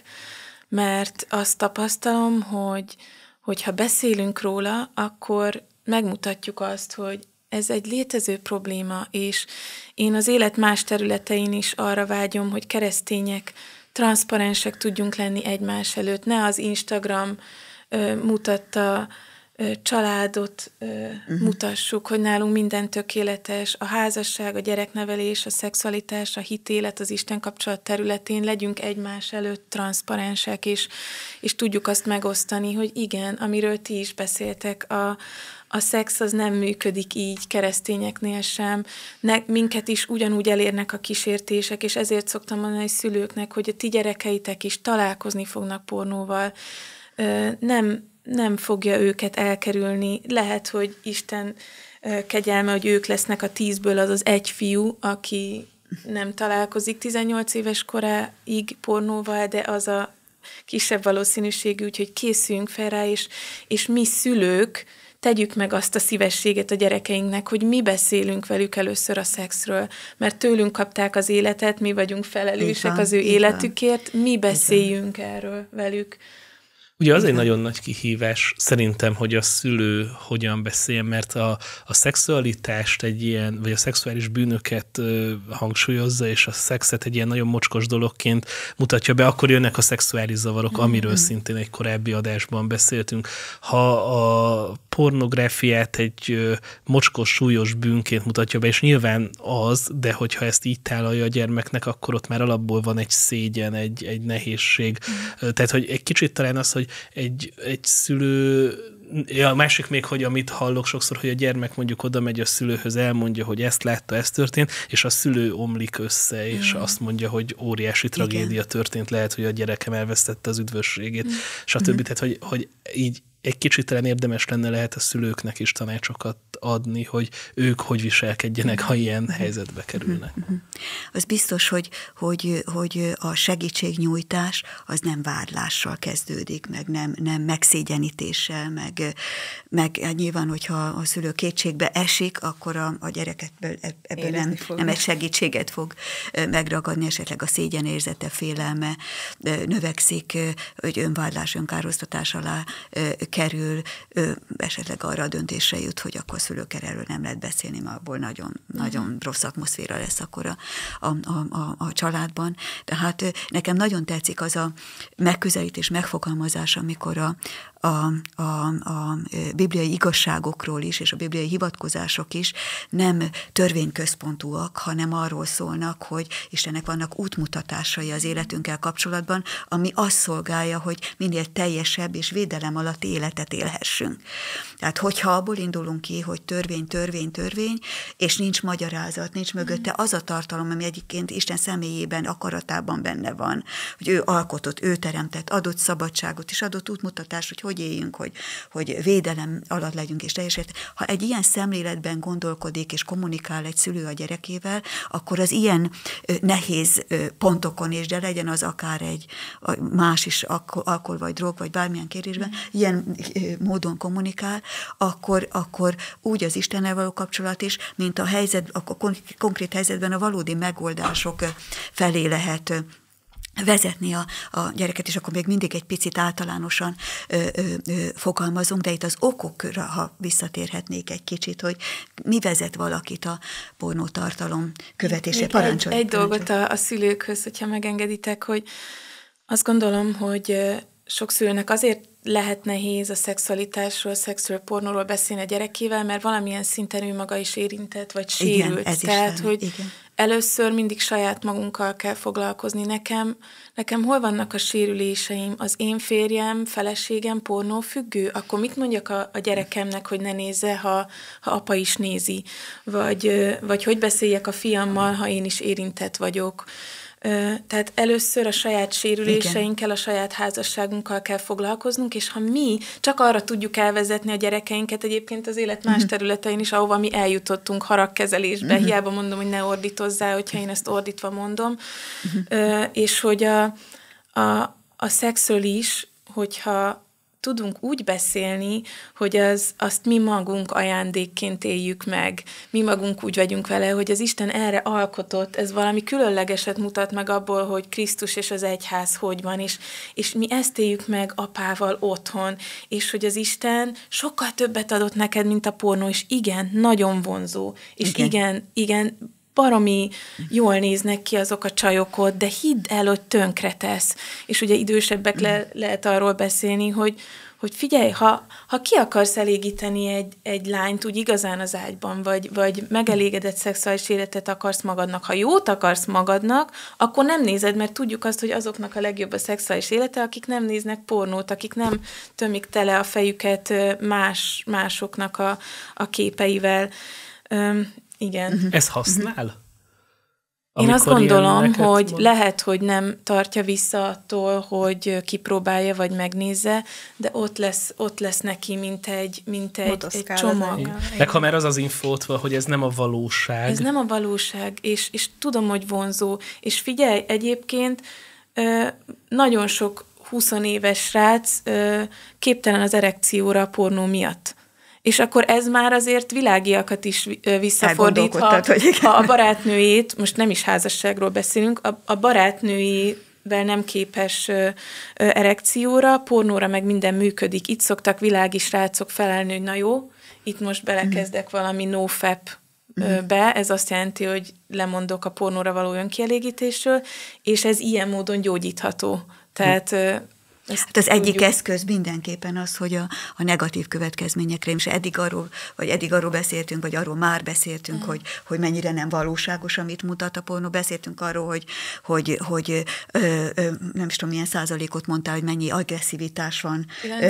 mert azt tapasztalom, hogy hogyha beszélünk róla, akkor megmutatjuk azt, hogy ez egy létező probléma, és én az élet más területein is arra vágyom, hogy keresztények transzparensek tudjunk lenni egymás előtt. Ne az Instagram ö, mutatta ö, családot ö, uh-huh. mutassuk, hogy nálunk minden tökéletes, a házasság, a gyereknevelés, a szexualitás, a hitélet, az Isten kapcsolat területén legyünk egymás előtt transzparensek, és, és tudjuk azt megosztani, hogy igen, amiről ti is beszéltek, a A szex az nem működik így, keresztényeknél sem. Ne, minket is ugyanúgy elérnek a kísértések, és ezért szoktam mondani a szülőknek, hogy a ti gyerekeitek is találkozni fognak pornóval. Nem, nem fogja őket elkerülni. Lehet, hogy Isten kegyelme, hogy ők lesznek a tízből az az egy fiú, aki nem találkozik tizennyolc éves koráig pornóval, de az a kisebb valószínűségű, úgyhogy készüljünk fel rá, és, és mi szülők tegyük meg azt a szívességet a gyerekeinknek, hogy mi beszélünk velük először a szexről, mert tőlünk kapták az életet, mi vagyunk felelősek van, az ő életükért, mi beszéljünk erről velük. Ugye az egy nagyon nagy kihívás szerintem, hogy a szülő hogyan beszél, mert a, a szexualitást egy ilyen, vagy a szexuális bűnöket ö, hangsúlyozza, és a szexet egy ilyen nagyon mocskos dologként mutatja be, akkor jönnek a szexuális zavarok, amiről mm-hmm. szintén egy korábbi adásban beszéltünk. Ha a pornográfiát egy ö, mocskos, súlyos bűnként mutatja be, és nyilván az, de hogyha ezt így tálalja a gyermeknek, akkor ott már alapból van egy szégyen, egy, egy nehézség. Mm. Tehát, hogy egy kicsit talán az, hogy egy, egy szülő, ja, a másik még, hogy amit hallok sokszor, hogy a gyermek mondjuk oda megy a szülőhöz, elmondja, hogy ezt látta, ez történt, és a szülő omlik össze, és mm. azt mondja, hogy óriási tragédia Igen. történt, lehet, hogy a gyerekem elvesztette az üdvösségét, mm. stb. Mm. Tehát, hogy, hogy így egy kicsit talán érdemes lenne lehet a szülőknek is tanácsokat adni, hogy ők hogy viselkedjenek, ha ilyen helyzetbe kerülnek. Az biztos, hogy, hogy, hogy a segítségnyújtás az nem vádlással kezdődik, meg nem, nem megszégyenítéssel, meg, meg nyilván, hogyha a szülő kétségbe esik, akkor a, a gyereket ebből nem, nem egy segítséget fog megragadni, esetleg a szégyenérzete, félelme növekszik, hogy önvádlás, önkároztatás alá kerül, esetleg arra a döntésre jut, hogy akkor szülőkkel erről nem lehet beszélni, mert abból nagyon, uh-huh. nagyon rossz atmoszféra lesz akkor a, a, a, a családban. Tehát nekem nagyon tetszik az a megközelítés, megfogalmazás, amikor a, a, a, a bibliai igazságokról is, és a bibliai hivatkozások is nem törvényközpontúak, hanem arról szólnak, hogy Istennek vannak útmutatásai az életünkkel kapcsolatban, ami azt szolgálja, hogy minél teljesebb és védelem alatt életet élhessünk. Tehát hogyha abból indulunk ki, hogy törvény, törvény, törvény, és nincs magyarázat, nincs mögötte az a tartalom, ami egyébként Isten személyében, akaratában benne van, hogy ő alkotott, ő teremtett, adott szabadságot, és adott útmutatást, hogy hogy éljünk, hogy, hogy védelem alatt legyünk, és teljes ért. Ha egy ilyen szemléletben gondolkodik, és kommunikál egy szülő a gyerekével, akkor az ilyen nehéz pontokon is, de legyen az akár egy más is, alkohol vagy drog, vagy bármilyen kérdésben, mm. ilyen módon kommunikál, akkor, akkor úgy az Istennel való kapcsolat is, mint a helyzet, a konkrét helyzetben a valódi megoldások felé lehet vezetni a, a gyereket, és akkor még mindig egy picit általánosan ö, ö, ö, fogalmazunk, de itt az okokra, ha visszatérhetnék egy kicsit, hogy mi vezet valakit a pornótartalom követésére. Parancsolj! Egy, egy dolgot a, a szülőkhöz, hogyha megengeditek, hogy azt gondolom, hogy sok szülőnek azért lehet nehéz a szexualitásról, szexuál pornóról beszélni a gyerekével, mert valamilyen szinten ő maga is érintett, vagy sérült. Igen, Tehát, hogy igen. Először mindig saját magunkkal kell foglalkozni. Nekem, nekem hol vannak a sérüléseim? Az én férjem, feleségem pornófüggő? Akkor mit mondjak a, a gyerekemnek, hogy ne nézze, ha, ha apa is nézi? Vagy, vagy hogy beszéljek a fiammal, ha én is érintett vagyok? Tehát először a saját sérüléseinkkel, a saját házasságunkkal kell foglalkoznunk, és ha mi csak arra tudjuk elvezetni a gyerekeinket, egyébként az élet más területein is, ahova mi eljutottunk haragkezelésbe, uh-huh. hiába mondom, hogy ne ordítozzál, hogyha én ezt ordítva mondom, uh-huh. és hogy a, a, a szexről is, hogyha tudunk úgy beszélni, hogy az, azt mi magunk ajándékként éljük meg, mi magunk úgy vagyunk vele, hogy az Isten erre alkotott, ez valami különlegeset mutat meg abból, hogy Krisztus és az egyház hogy van, és, és mi ezt éljük meg apával otthon, és hogy az Isten sokkal többet adott neked, mint a pornó, és igen, nagyon vonzó, és igen, igen, igen baromi jól néznek ki azok a csajokot, de hidd el, hogy tönkretesz. És ugye idősebbek le, lehet arról beszélni, hogy, hogy figyelj, ha, ha ki akarsz elégíteni egy, egy lányt úgy igazán az ágyban, vagy, vagy megelégedett szexuális életet akarsz magadnak, ha jót akarsz magadnak, akkor nem nézed, mert tudjuk azt, hogy azoknak a legjobb a szexuális élete, akik nem néznek pornót, akik nem tömik tele a fejüket más, másoknak a, a képeivel. Üm, Igen. Ez használ? Én azt gondolom, hogy mond... lehet, hogy nem tartja vissza attól, hogy kipróbálja, vagy megnézze, de ott lesz, ott lesz neki, mint egy, mint egy, egy csomag. Meg ha már az az infótva, hogy ez nem a valóság. Ez nem a valóság, és, és tudom, hogy vonzó. És figyelj, egyébként nagyon sok huszonéves srác képtelen az erekcióra a pornó miatt. És akkor ez már azért világiakat is visszafordít, ha, ha a barátnőjét, most nem is házasságról beszélünk, a, a barátnőjével nem képes ö, ö, erekcióra, pornóra meg minden működik. Itt szoktak világi srácok felelni, hogy na jó, itt most belekezdek valami no-fap-be, ez azt jelenti, hogy lemondok a pornóra való önkielégítésről, és ez ilyen módon gyógyítható. Tehát... Hát az egyik eszköz mindenképpen az, hogy a, a negatív következményekre, és eddig arról, vagy eddig arról beszéltünk, vagy arról már beszéltünk, uh-huh. hogy, hogy mennyire nem valóságos, amit mutat a pornó. Beszéltünk arról, hogy, hogy, hogy ö, ö, nem is tudom, milyen százalékot mondtál, hogy mennyi agresszivitás van.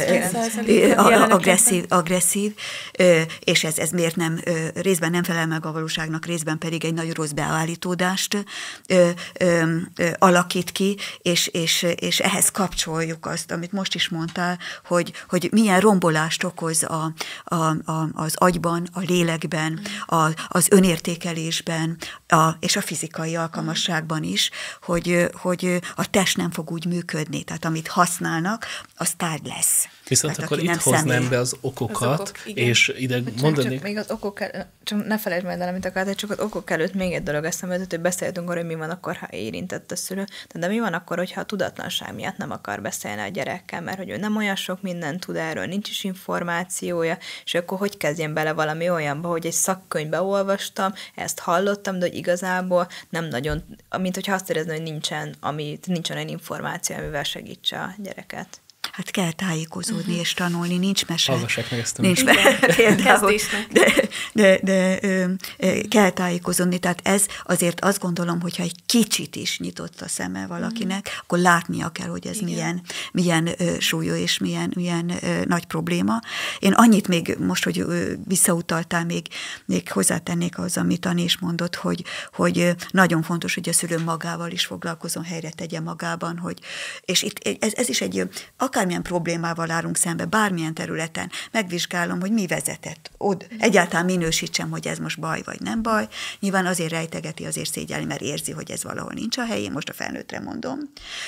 agresszív, agresszív ö, és ez, ez miért nem, ö, részben nem felel meg a valóságnak, részben pedig egy nagyon rossz beállítódást ö, ö, ö, alakít ki, és, és, és ehhez kapcsoljuk azt, amit most is mondtál, hogy, hogy milyen rombolást okoz a, a, a, az agyban, a lélekben, a, az önértékelésben, a, és a fizikai alkalmasságban is, hogy, hogy a test nem fog úgy működni. Tehát amit használnak, az tárgy lesz. Viszont tehát, akkor itt hoznám személy. be az okokat, az okok, és ide csak, mondani... Csak még az okok el, csak ne felejtsd meg el, amit akartál, csak az okok előtt még egy dolog eszembe jutott, hogy beszéltünk arról, hogy mi van akkor, ha érintett a szülő, de mi van akkor, hogyha a tudatlanság miatt nem akar beszélni a gyerekkel, mert hogy ő nem olyan sok mindent tud erről, nincs is információja, és akkor hogy kezdjen bele valami olyanba, hogy egy szakkönyvbe olvastam, ezt hallottam, de hogy igazából nem nagyon, mint hogyha azt érezne, hogy nincsen, ami, nincsen olyan információ, amivel segítse a gyereket. Hát kell tájékozódni uh-huh. és tanulni, nincs mese. Hallgassák meg ezt a nincs mese. Például, de, de, de ö, ö, kell tájékozódni, tehát ez azért azt gondolom, hogyha egy kicsit is nyitott a szeme valakinek, uh-huh. akkor látnia kell, hogy ez Igen. milyen, milyen ö, súlyú és milyen, milyen ö, nagy probléma. Én annyit még most, hogy ö, visszautaltál, még, még hozzátennék az, amit Tani is mondott, hogy, hogy nagyon fontos, hogy a szülő magával is foglalkozon, helyre tegye magában, hogy, és itt ez, ez is egy, akármilyen problémával állunk szembe, bármilyen területen, megvizsgálom, hogy mi vezetett. Od, egyáltalán minősítsem, hogy ez most baj vagy nem baj. Nyilván azért rejtegeti, azért szégyelni, mert érzi, hogy ez valahol nincs a helyén, most a felnőttre mondom.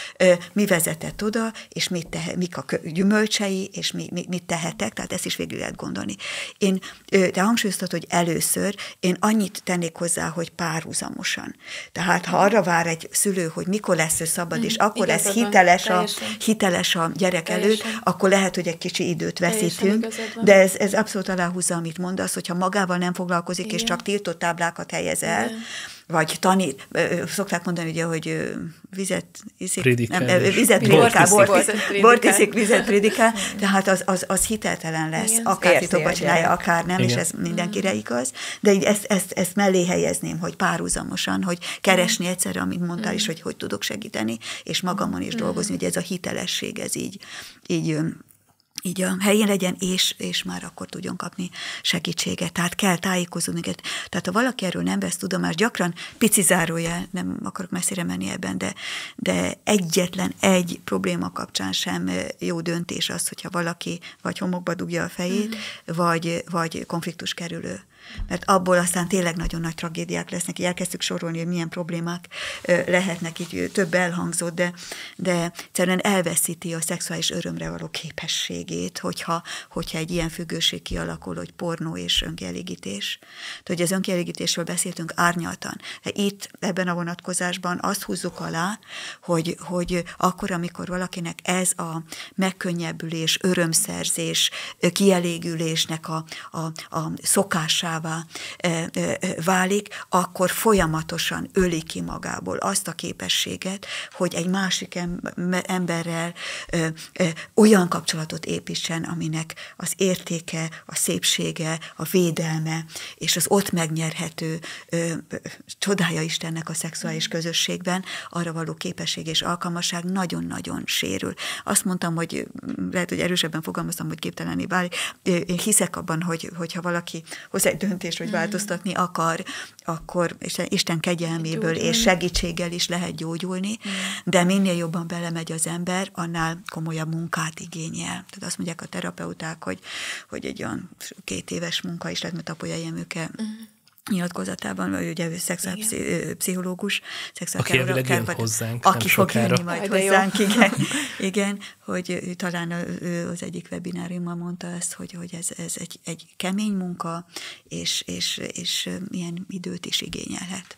Mi vezetett oda, és mit tehe, mik a gyümölcsei, és mi, mi, mit tehetek, tehát ezt is végül lehet gondolni. Én, te hangsúlyoztad, hogy először én annyit tennék hozzá, hogy párhuzamosan. Tehát ha arra vár egy szülő, hogy mikor lesz ő szabad, mm, és akkor lesz hiteles a, hiteles a gyerek teljesen. előtt, akkor lehet, hogy egy kicsi időt veszítünk, de ez, ez abszolút aláhúzza, amit mondasz, hogyha magával nem foglalkozik, Igen. és csak tiltott táblákat helyez el, Igen. vagy tanít, szokták mondani, ugye, hogy vizet iszik, nem, vizet prédikál, bort iszik, vizet prédikál, tehát az, az, az hiteltelen lesz, Igen. akár titokba csinálja, akár nem, Igen. és ez mindenkire igaz, de így ezt, ezt, ezt mellé helyezném, hogy párhuzamosan, hogy keresni egyszerre, amit mondtál is, hogy hogy tudok segíteni, és magamon is dolgozni, hogy ez a hitelesség, ez így, így így a helyén legyen, és, és már akkor tudjon kapni segítséget. Tehát kell tájékozódni. Tehát ha valaki erről nem vesz tudomást, gyakran pici zárójel, nem akarok messzire menni ebben, de, de egyetlen egy probléma kapcsán sem jó döntés az, hogyha valaki vagy homokba dugja a fejét, mm. vagy, vagy konfliktus kerülő. Mert abból aztán tényleg nagyon nagy tragédiák lesznek. Így elkezdtük sorolni, hogy milyen problémák lehetnek, így több elhangzott, de, de egyszerűen elveszíti a szexuális örömre való képességét, hogyha, hogyha egy ilyen függőség kialakul, hogy pornó és önkielégítés. Tehát, hogy az önkielégítésről beszéltünk árnyaltan. De itt, ebben a vonatkozásban azt húzzuk alá, hogy, hogy akkor, amikor valakinek ez a megkönnyebbülés, örömszerzés, kielégülésnek a, a, a szokásává válik, akkor folyamatosan öli ki magából azt a képességet, hogy egy másik emberrel olyan kapcsolatot építsen, aminek az értéke, a szépsége, a védelme, és az ott megnyerhető csodája Istennek a szexuális közösségben, arra való képesség és alkalmasság nagyon-nagyon sérül. Azt mondtam, hogy lehet, hogy erősebben fogalmaztam, hogy képtelenné válik. Én hiszek abban, hogy, hogyha valaki hoz egy döntést, hogy változtatni akar, akkor Isten kegyelméből és segítséggel is lehet gyógyulni, mm. de minél jobban belemegy az ember, annál komolyabb munkát igényel. Tehát azt mondják a terapeuták, hogy, hogy egy olyan két éves munka is lehet, mert Apolyai Emőke mm. nyilatkozatában, vagy ugye szexuálpszichológus, szexuálpszichológus, hozzánk, aki fog jönni majd hozzánk, igen, igen, hogy talán az egyik webináriumban mondta ezt, hogy, hogy ez, ez egy, egy kemény munka, és, és, és ilyen időt is igényelhet.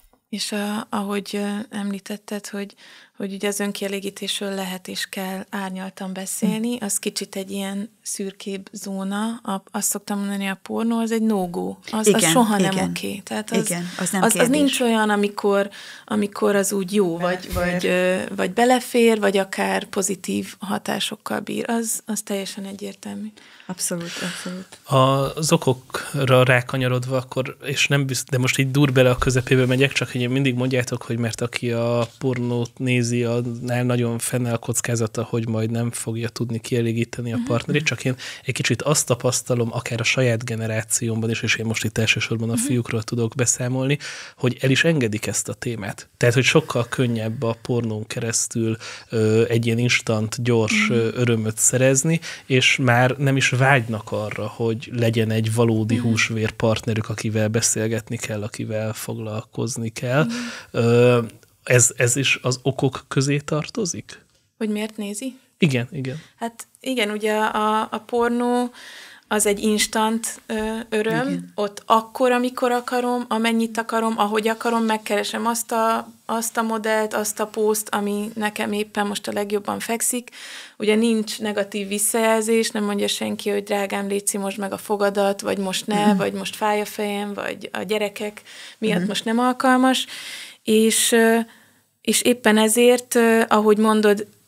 És a, ahogy említetted, hogy, hogy ugye az önkielégítésről lehet és kell árnyaltan beszélni, az kicsit egy ilyen szürkébb zóna. A, azt szoktam mondani, a pornó az egy no-go. Az, igen, az soha igen. nem oké. Okay. Tehát az, igen, az, nem az, az nincs olyan, amikor, amikor az úgy jó, vagy, vagy, vagy belefér, vagy akár pozitív hatásokkal bír. Az, az teljesen egyértelmű. Abszolút, abszolút. Az okokra rákanyarodva, akkor, és nem biztos, de most így dur bele a közepébe megyek, csak hogy mindig mondjátok, hogy mert aki a pornót nézi, annál nagyon fennáll a kockázata, hogy majd nem fogja tudni kielégíteni a partnerét, csak én egy kicsit azt tapasztalom, akár a saját generációmban is, és én most itt elsősorban a fiúkról tudok beszámolni, hogy el is engedik ezt a témát. Tehát, hogy sokkal könnyebb a pornón keresztül ö, egy ilyen instant, gyors ö, örömöt szerezni, és már nem is vágynak arra, hogy legyen egy valódi mm. húsvér partnerük, akivel beszélgetni kell, akivel foglalkozni kell. Mm. Ö, ez, ez is az okok közé tartozik? Hogy miért nézi? Igen, igen. Hát igen, ugye a, a pornó az egy instant ö, öröm, igen. Ott akkor, amikor akarom, amennyit akarom, ahogy akarom, megkeresem azt a, azt a modellt, azt a pószt, ami nekem éppen most a legjobban fekszik. Ugye nincs negatív visszajelzés, nem mondja senki, hogy drágám, létszi most meg a fogadat, vagy most ne, uh-huh. vagy most fáj a fejem, vagy a gyerekek miatt uh-huh. most nem alkalmas. És, és éppen ezért, ahogy mondod,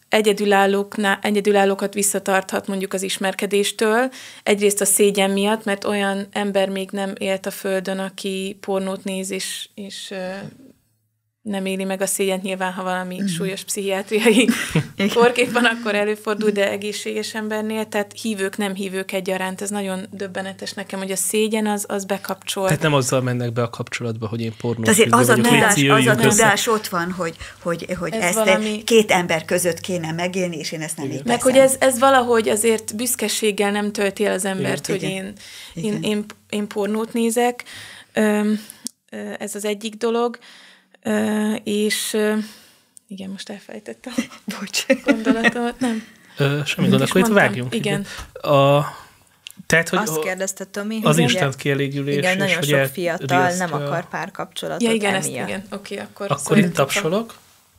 egyedülállóknál, egyedülállókat visszatarthat mondjuk az ismerkedéstől, egyrészt a szégyen miatt, mert olyan ember még nem élt a Földön, aki pornót néz, és, és nem éli meg a szégyent, nyilván, ha valami mm. súlyos pszichiátriai kórkép van, akkor előfordul, de egészséges embernél, tehát hívők, nem hívők egyaránt, ez nagyon döbbenetes nekem, hogy a szégyen az, az bekapcsol. Tehát nem azzal mennek be a kapcsolatba, hogy én pornót azért az vagyok, a tudás, az a össze. tudás ott van, hogy, hogy, hogy ez ezt valami... két ember között kéne megélni, és én ezt nem így meg, hogy ez, ez valahogy azért büszkeséggel nem tölti el az embert, igen. hogy Igen. én, Igen. én, én, én pornót nézek. Ez az egyik dolog. Uh, és uh, igen, most elfelejtettem Bocs. gondolatomat, nem? Ö, semmi gond, akkor itt vágjunk. Igen. A, tehát, hogy azt kérdezte Tomi, az hogy instant kielégülés. igen, és nagyon hogy sok fiatal nem a... akar párkapcsolatot ja, igen, emiatt. ezt, igen, oké, okay, akkor... Akkor itt tapsolok.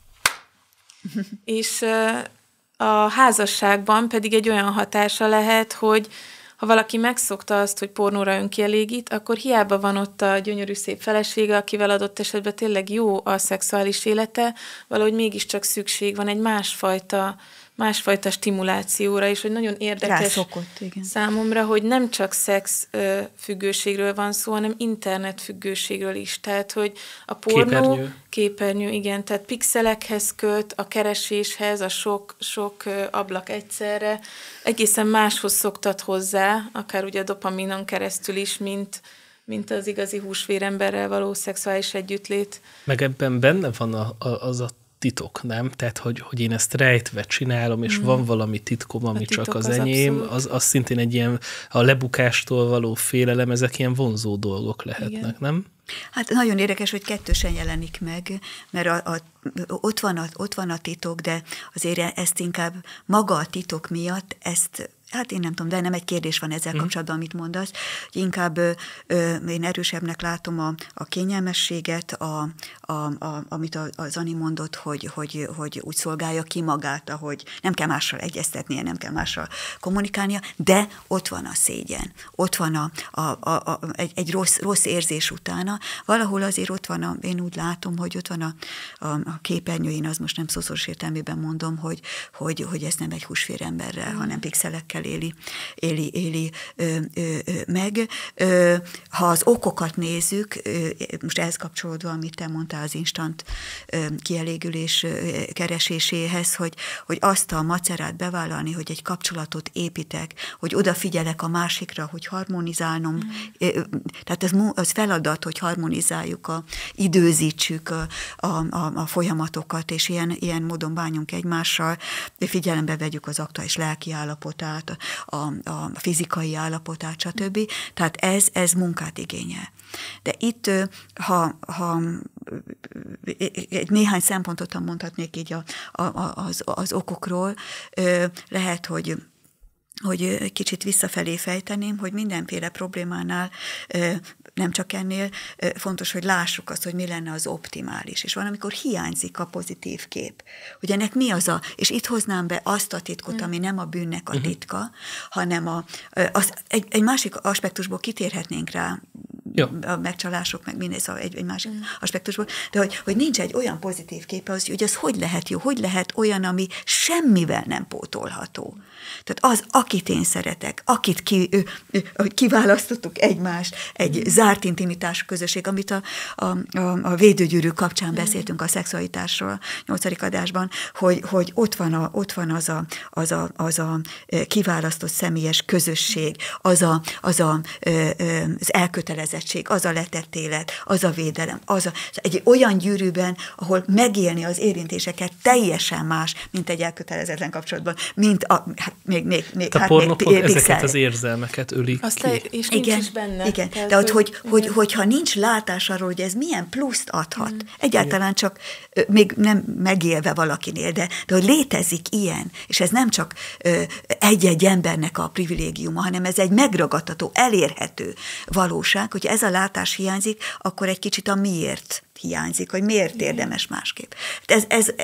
És uh, a házasságban pedig egy olyan hatása lehet, hogy ha valaki megszokta azt, hogy pornóra önkielégít, akkor hiába van ott a gyönyörű szép felesége, akivel adott esetben tényleg jó a szexuális élete, valahogy mégiscsak szükség van egy másfajta, másfajta stimulációra, és hogy nagyon érdekes Rászokott, igen. számomra, hogy nem csak szex ö, függőségről van szó, hanem internet függőségről is. Tehát, hogy a pornó... Képernyő. Képernyő, igen. Tehát pixelekhez köt, a kereséshez, a sok, sok ö, ablak egyszerre. Egészen máshoz szoktat hozzá, akár ugye a dopaminon keresztül is, mint, mint az igazi húsvéremberrel való szexuális együttlét. Meg ebben benne van a, a, az a titok, nem? Tehát, hogy, hogy én ezt rejtve csinálom, és mm. van valami titkom, ami csak az, az enyém, az, az szintén egy ilyen, a lebukástól való félelem, ezek ilyen vonzó dolgok lehetnek, igen. nem? Hát nagyon érdekes, hogy kettősen jelenik meg, mert a, a, ott, van a, ott van a titok, de azért ezt inkább maga a titok miatt ezt, hát én nem tudom, de nem egy kérdés van ezzel mm. kapcsolatban, amit mondasz, hogy inkább ö, ö, én erősebbnek látom a, a kényelmességet, a, a, a, amit az Ani mondott, hogy, hogy, hogy úgy szolgálja ki magát, ahogy nem kell mással egyeztetnie, nem kell mással kommunikálnia, de ott van a szégyen, ott van a, a, a, a, egy, egy rossz, rossz érzés utána, valahol azért ott van, a, én úgy látom, hogy ott van a, a, a képernyőin, az most nem szószoros értelmében mondom, hogy, hogy, hogy ez nem egy húsvéremberrel, mm. hanem pixelekkel éli, éli, éli ö, ö, ö, meg. Ö, ha az okokat nézzük, ö, most ehhez kapcsolódva, amit te mondtál az instant ö, kielégülés ö, kereséséhez, hogy, hogy azt a macerát bevállalni, hogy egy kapcsolatot építek, hogy odafigyelek a másikra, hogy harmonizálnom, mm. ö, tehát ez az feladat, hogy harmonizáljuk, a, időzítsük a, a, a, a folyamatokat, és ilyen, ilyen módon bánjunk egymással, figyelembe vegyük az aktuális lelki állapotát, a, a fizikai állapotát, stb. Tehát ez, ez munkát igényel. De itt, ha, ha néhány szempontot mondhatnék így a, a, az, az okokról, lehet, hogy hogy kicsit visszafelé fejteném, hogy mindenféle problémánál, nem csak ennél, fontos, hogy lássuk azt, hogy mi lenne az optimális. És van, amikor hiányzik a pozitív kép. Hogy ennek mi az a, és itt hoznám be azt a titkot, ami nem a bűnnek a titka, uh-huh. hanem a, az, egy, egy másik aspektusból kitérhetnénk rá, jó. A megcsalások, meg minden, szóval egy, egy másik mm. aspektusból, de hogy, hogy nincs egy olyan pozitív képe, az, hogy az hogy lehet jó, hogy lehet olyan, ami semmivel nem pótolható. Tehát az, akit én szeretek, akit ki, ő, ő, kiválasztottuk egymást, egy mm. zárt intimitású közösség, amit a, a, a, a védőgyűrű kapcsán mm. beszéltünk a szexualitásról a nyolcadik adásban, hogy, hogy ott van, a, ott van az, a, az, a, az a kiválasztott személyes közösség, az, a, az, a, az elkötelezett, az a letett élet, az a védelem, az a, egy olyan gyűrűben, ahol megélni az érintéseket teljesen más, mint egy elkötelezetlen kapcsolatban, mint a, hát még, még, még, a hát pornó még, pont még ezeket az érzelmeket ölik Azt ki. le, és nincs igen, is benne. Igen, tehát, de hogy, hogy, hogy, hogy, hogyha nincs látás arról, hogy ez milyen pluszt adhat, mm. egyáltalán igen. csak még nem megélve valakinél, de, de hogy létezik ilyen, és ez nem csak egy-egy embernek a privilégiuma, hanem ez egy megragadható, elérhető valóság, hogy ez a látás hiányzik, akkor egy kicsit a miért hiányzik, hogy miért érdemes másképp. Ez, ez,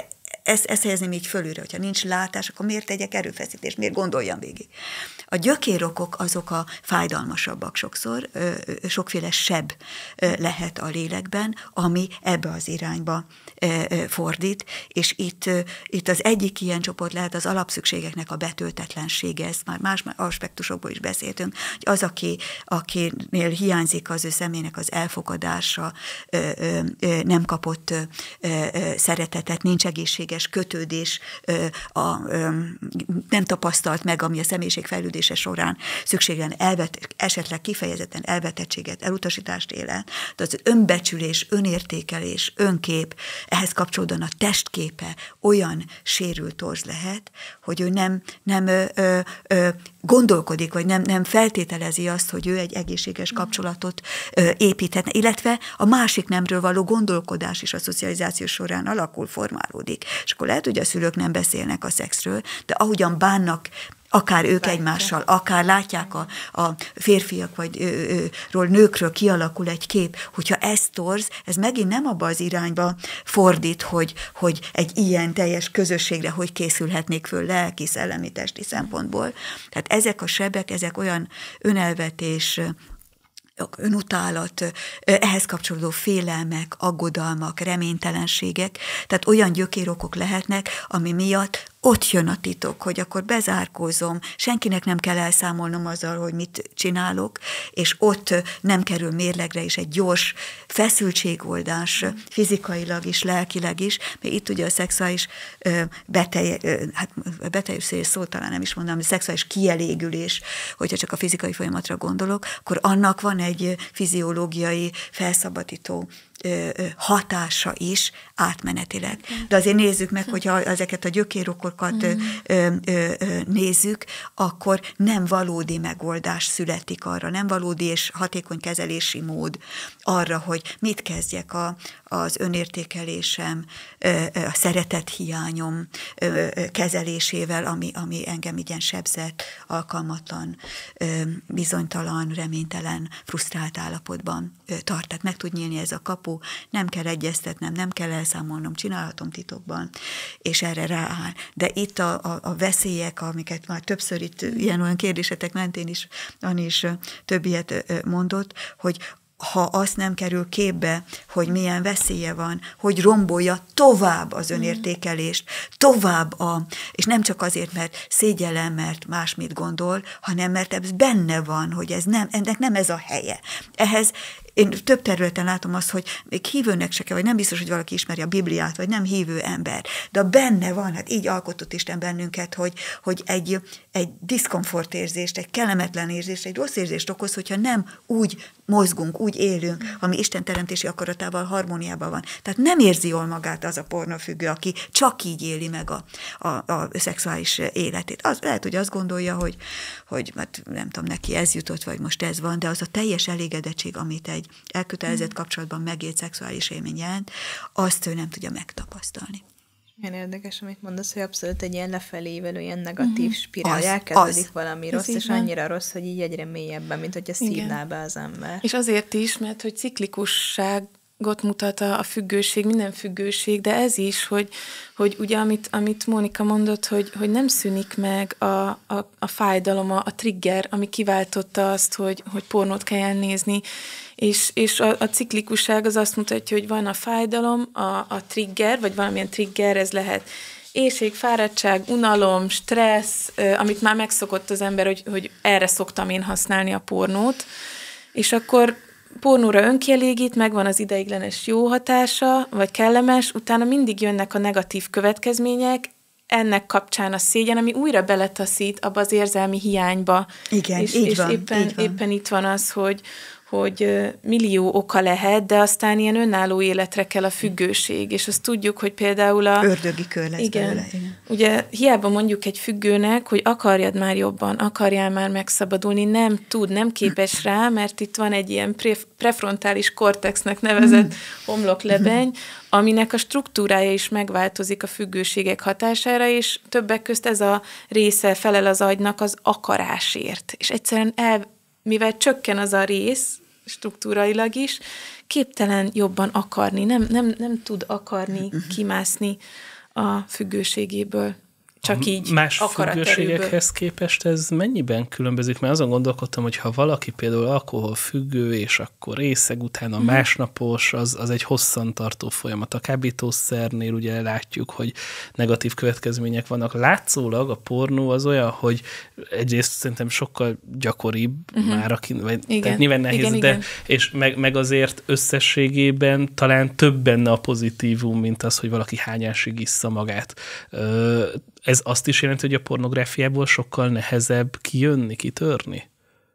ezt, ezt helyezném így fölülre, hogyha nincs látás, akkor miért tegyek erőfeszítést, miért gondoljam végig. A gyökérokok azok a fájdalmasabbak sokszor, sokféle seb lehet a lélekben, ami ebbe az irányba fordít, és itt, itt az egyik ilyen csoport lehet az alapszükségeknek a betöltetlensége, ezt már más aspektusokból is beszéltünk, hogy az, aki, akinél hiányzik az ő személynek az elfogadása, nem kapott szeretetet, nincs egészséges kötődés, a, nem tapasztalt meg, ami a személyiségfejlődése során szükségen elvet, esetleg kifejezetten elvetettséget, elutasítást él el, de az önbecsülés, önértékelés, önkép, ehhez kapcsolódóan a testképe olyan sérült torz lehet, hogy ő nem, nem ö, ö, ö, gondolkodik, vagy nem, nem feltételezi azt, hogy ő egy egészséges kapcsolatot ö, építhetne, illetve a másik nemről való gondolkodás is a szocializáció során alakul, formálódik. És akkor lehet, hogy a szülők nem beszélnek a szexről, de ahogyan bánnak akár ők Bánta. egymással, akár látják a, a férfiak vagy ö, ö, ról, nőkről kialakul egy kép, hogyha ez torz, ez megint nem abba az irányba fordít, hogy, hogy egy ilyen teljes közösségre hogy készülhetnék föl lelki, szellemi, testi szempontból. Tehát ezek a sebek, ezek olyan önelvetés, önutálat, ehhez kapcsolódó félelmek, aggodalmak, reménytelenségek, tehát olyan gyökérokok lehetnek, ami miatt ott jön a titok, hogy akkor bezárkózom, senkinek nem kell elszámolnom azzal, hogy mit csinálok, és ott nem kerül mérlegre is egy gyors feszültségoldás, fizikailag is, lelkileg is, mert itt ugye a szexuális betej, hát beteljesülés szót talán nem is mondom, a szexuális kielégülés, hogyha csak a fizikai folyamatra gondolok, akkor annak van egy fiziológiai felszabadító hatása is átmenetileg. De azért nézzük meg, hogyha ezeket a gyökérokokat mm. nézzük, akkor nem valódi megoldás születik arra, nem valódi és hatékony kezelési mód arra, hogy mit kezdjek a, az önértékelésem, a szeretethiányom kezelésével, ami, ami engem igen sebzett, alkalmatlan, bizonytalan, reménytelen, frusztrált állapotban tart. Tehát meg tud nyílni ez a kapu, nem kell egyeztetnem, nem kell elszámolnom, csinálhatom titokban, és erre rááll. De itt a, a, a veszélyek, amiket már többször itt ilyen olyan kérdésetek mentén is, Ani is több ilyet mondott, hogy ha azt nem kerül képbe, hogy milyen veszélye van, hogy rombolja tovább az önértékelést, tovább a, és nem csak azért, mert szégyellem, mert más mit gondol, hanem mert ez benne van, hogy ez nem, ennek nem ez a helye. Ehhez én több területen látom azt, hogy még hívőnek se kell, vagy nem biztos, hogy valaki ismeri a Bibliát, vagy nem hívő ember, de benne van, hát így alkotott Isten bennünket, hogy, hogy egy, egy diszkomfortérzést, egy kellemetlen érzést, egy rossz érzést okoz, hogyha nem úgy mozgunk, úgy élünk, ami Isten teremtési akaratával harmóniában van. Tehát nem érzi jól magát az a pornofüggő, aki csak így éli meg a, a, a szexuális életét. Az, lehet, hogy azt gondolja, hogy, hogy hát nem tudom, neki ez jutott, vagy most ez van, de az a teljes elégedettség, amit egy elkötelezett kapcsolatban megélt szexuális élmény jelent, azt ő nem tudja megtapasztalni. Milyen érdekes, amit mondasz, hogy abszolút egy ilyen lefelé ívelő, ilyen negatív uh-huh. spirál, elkezdődik valami rossz, és annyira rossz, hogy így egyre mélyebben, mint hogyha szívná be az ember. És azért is, mert hogy ciklikusságot mutat a, a függőség, minden függőség, de ez is, hogy, hogy ugye amit, amit Mónika mondott, hogy, hogy nem szűnik meg a, a, a fájdalom, a, a trigger, ami kiváltotta azt, hogy, hogy pornót kell nézni, és, és a, a ciklikusság az azt mutatja, hogy van a fájdalom, a, a trigger, vagy valamilyen trigger, ez lehet éhség, fáradtság, unalom, stressz, amit már megszokott az ember, hogy, hogy erre szoktam én használni a pornót, és akkor pornóra önkielégít, megvan az ideiglenes jó hatása, vagy kellemes, utána mindig jönnek a negatív következmények, ennek kapcsán a szégyen, ami újra beletaszít abba az érzelmi hiányba. Igen, és, így és van, éppen, így van. éppen itt van az, hogy hogy millió oka lehet, de aztán ilyen önálló életre kell a függőség, és azt tudjuk, hogy például a... Ördögi kör lesz igen, belőle. Igen. Ugye hiába mondjuk egy függőnek, hogy akarjad már jobban, akarjál már megszabadulni, nem tud, nem képes rá, mert itt van egy ilyen pre- prefrontális kortexnek nevezett mm. homloklebeny, aminek a struktúrája is megváltozik a függőségek hatására, és többek közt ez a része felel az agynak az akarásért. És egyszerűen el mivel csökken az a rész, struktúrailag is, képtelen jobban akarni, nem, nem, nem tud akarni, kimászni a függőségéből. Csak így más függőségekhez képest ez mennyiben különbözik? Mert azon gondolkodtam, hogy ha valaki például alkoholfüggő, és akkor részeg utána mm. másnapos, az, az egy hosszantartó folyamat. A kábítószernél ugye látjuk, hogy negatív következmények vannak. Látszólag a pornó az olyan, hogy egyrészt szerintem sokkal gyakoribb mm-hmm. már, aki, vagy, igen. tehát nyilván nehéz, igen, de igen. és meg, meg azért összességében talán több benne a pozitívum, mint az, hogy valaki hányásig issza magát. Ö, Ez azt is jelenti, hogy a pornográfiából sokkal nehezebb kijönni, kitörni?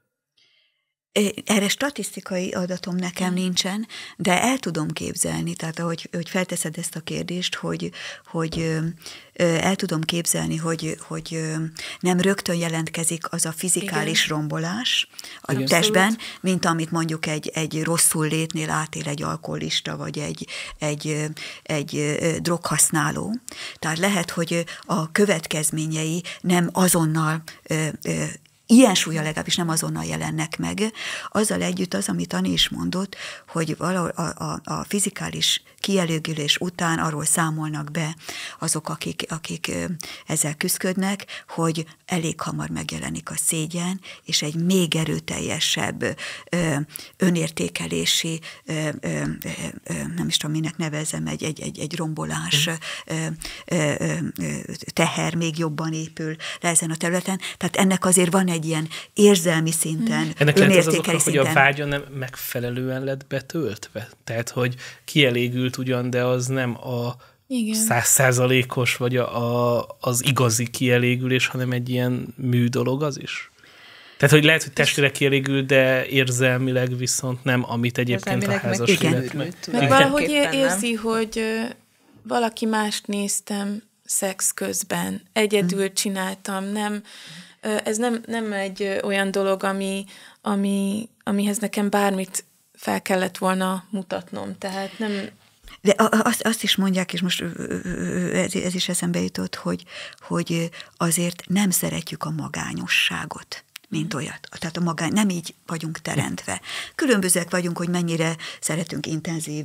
Erre statisztikai adatom nekem nincsen, de el tudom képzelni, tehát ahogy hogy felteszed ezt a kérdést, hogy, hogy el tudom képzelni, hogy, hogy nem rögtön jelentkezik az a fizikális igen. rombolás a igen. testben, mint amit mondjuk egy, egy rosszul létnél átél egy alkoholista, vagy egy, egy, egy droghasználó. Tehát lehet, hogy a következményei nem azonnal ilyen súlya legalábbis nem azonnal jelennek meg. Azzal együtt az, amit Ani is mondott, hogy valahol a, a, a fizikális kielégülés után arról számolnak be azok, akik, akik ezzel küzdködnek, hogy elég hamar megjelenik a szégyen, és egy még erőteljesebb önértékelési, nem is tudom, minek nevezem, egy, egy, egy, egy rombolás teher még jobban épül le ezen a területen. Tehát ennek azért van egy ilyen érzelmi szinten, ennek lehet az azoknak, hogy a vágya nem megfelelően lett betöltve. Tehát, hogy kielégült ugyan, de az nem a százszázalékos, vagy a, a, az igazi kielégülés, hanem egy ilyen mű dolog az is. Tehát, hogy lehet, hogy testileg kielégül, de érzelmileg viszont nem, amit egyébként a házas élet. Meg, meg valahogy érzi, hogy valaki mást néztem szex közben, egyedül csináltam, nem... Ez nem, nem egy olyan dolog, ami, ami, amihez nekem bármit fel kellett volna mutatnom, tehát nem... De azt, azt is mondják, és most ez, ez is eszembe jutott, hogy, hogy azért nem szeretjük a magányosságot, mint olyat. Tehát a magány, nem így vagyunk teremtve. Különbözőek vagyunk, hogy mennyire szeretünk intenzív,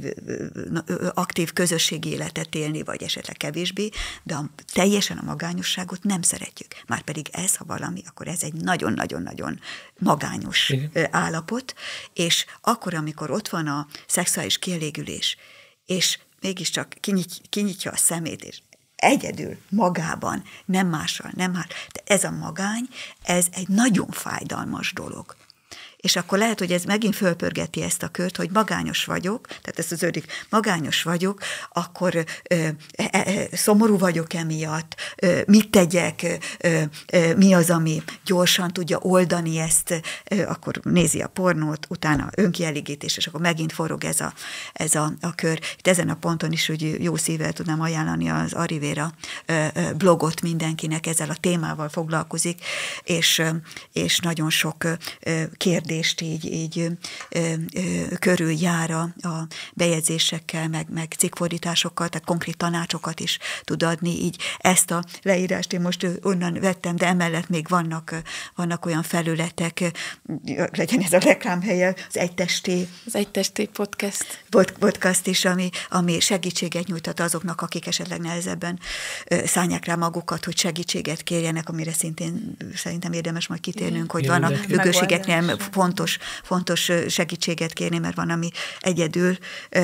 aktív közösségi életet élni, vagy esetleg kevésbé, de a, teljesen a magányosságot nem szeretjük. Márpedig ez, ha valami, akkor ez egy nagyon-nagyon-nagyon magányos igen. állapot, és akkor, amikor ott van a szexuális kielégülés, és mégiscsak kinyit, kinyitja a szemét, és egyedül, magában, nem mással, nem hát. De ez a magány, ez egy nagyon fájdalmas dolog. És akkor lehet, hogy ez megint fölpörgeti ezt a kört, hogy magányos vagyok, tehát ezt az ödik, magányos vagyok, akkor ö, ö, ö, szomorú vagyok emiatt, ö, mit tegyek, ö, ö, mi az, ami gyorsan tudja oldani ezt, ö, akkor nézi a pornót, utána önkielégítés, és akkor megint forog ez a, ez a, a kör. Itt ezen a ponton is, hogy jó szívvel tudnám ajánlani az Arivera ö, ö, blogot mindenkinek, ezzel a témával foglalkozik, és, ö, és nagyon sok ö, kérdés így, így ö, ö, körüljár a, a bejegyzésekkel, meg, meg cikkfordításokkal, tehát konkrét tanácsokat is tud adni, így ezt a leírást én most onnan vettem, de emellett még vannak, vannak olyan felületek, legyen ez a reklámhelye, az Egytesté. Az Egytesté podcast. Podcast is, ami, ami segítséget nyújtat azoknak, akik esetleg nehezebben szállják rá magukat, hogy segítséget kérjenek, amire szintén szerintem érdemes majd kitérnünk, hogy vannak függőségeknél fontos, fontos segítséget kérni, mert van, ami egyedül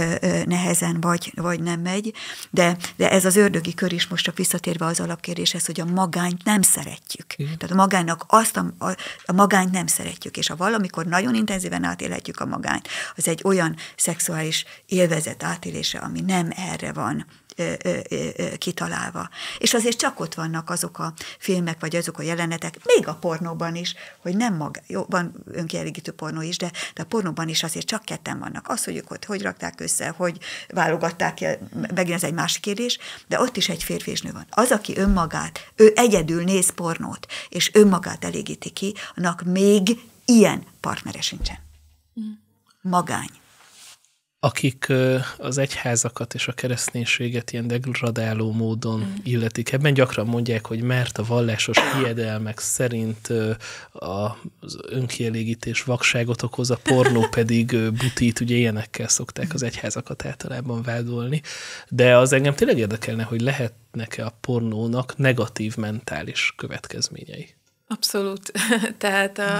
nehezen vagy, vagy nem megy, de, de ez az ördögi kör is most csak visszatérve az alapkérdéshez, hogy a magányt nem szeretjük. Igen. Tehát a magánynak azt a, a, a magányt nem szeretjük, és ha valamikor nagyon intenzíven átélhetjük a magányt, az egy olyan szexuális élvezet átélése, ami nem erre van Ö, ö, ö, kitalálva. És azért csak ott vannak azok a filmek, vagy azok a jelenetek, még a pornóban is, hogy nem maga, jó, van önkielégítő pornó is, de, de a pornóban is azért csak ketten vannak. Az, hogy ők ott hogy rakták össze, hogy válogatták el, megint ez egy másik kérdés, de ott is egy férfi és nő van. Az, aki önmagát, ő egyedül néz pornót, és önmagát elégíti ki, annak még ilyen partnere sincsen. Magány. akik az egyházakat és a kereszténységet ilyen degradáló módon illetik. Ebben gyakran mondják, hogy mert a vallásos hiedelmek szerint az önkielégítés vakságot okoz, a pornó pedig butít, ugye ilyenekkel szokták az egyházakat általában vádolni. De az engem tényleg érdekelne, hogy lehetnek-e a pornónak negatív mentális következményei? Abszolút. Tehát a,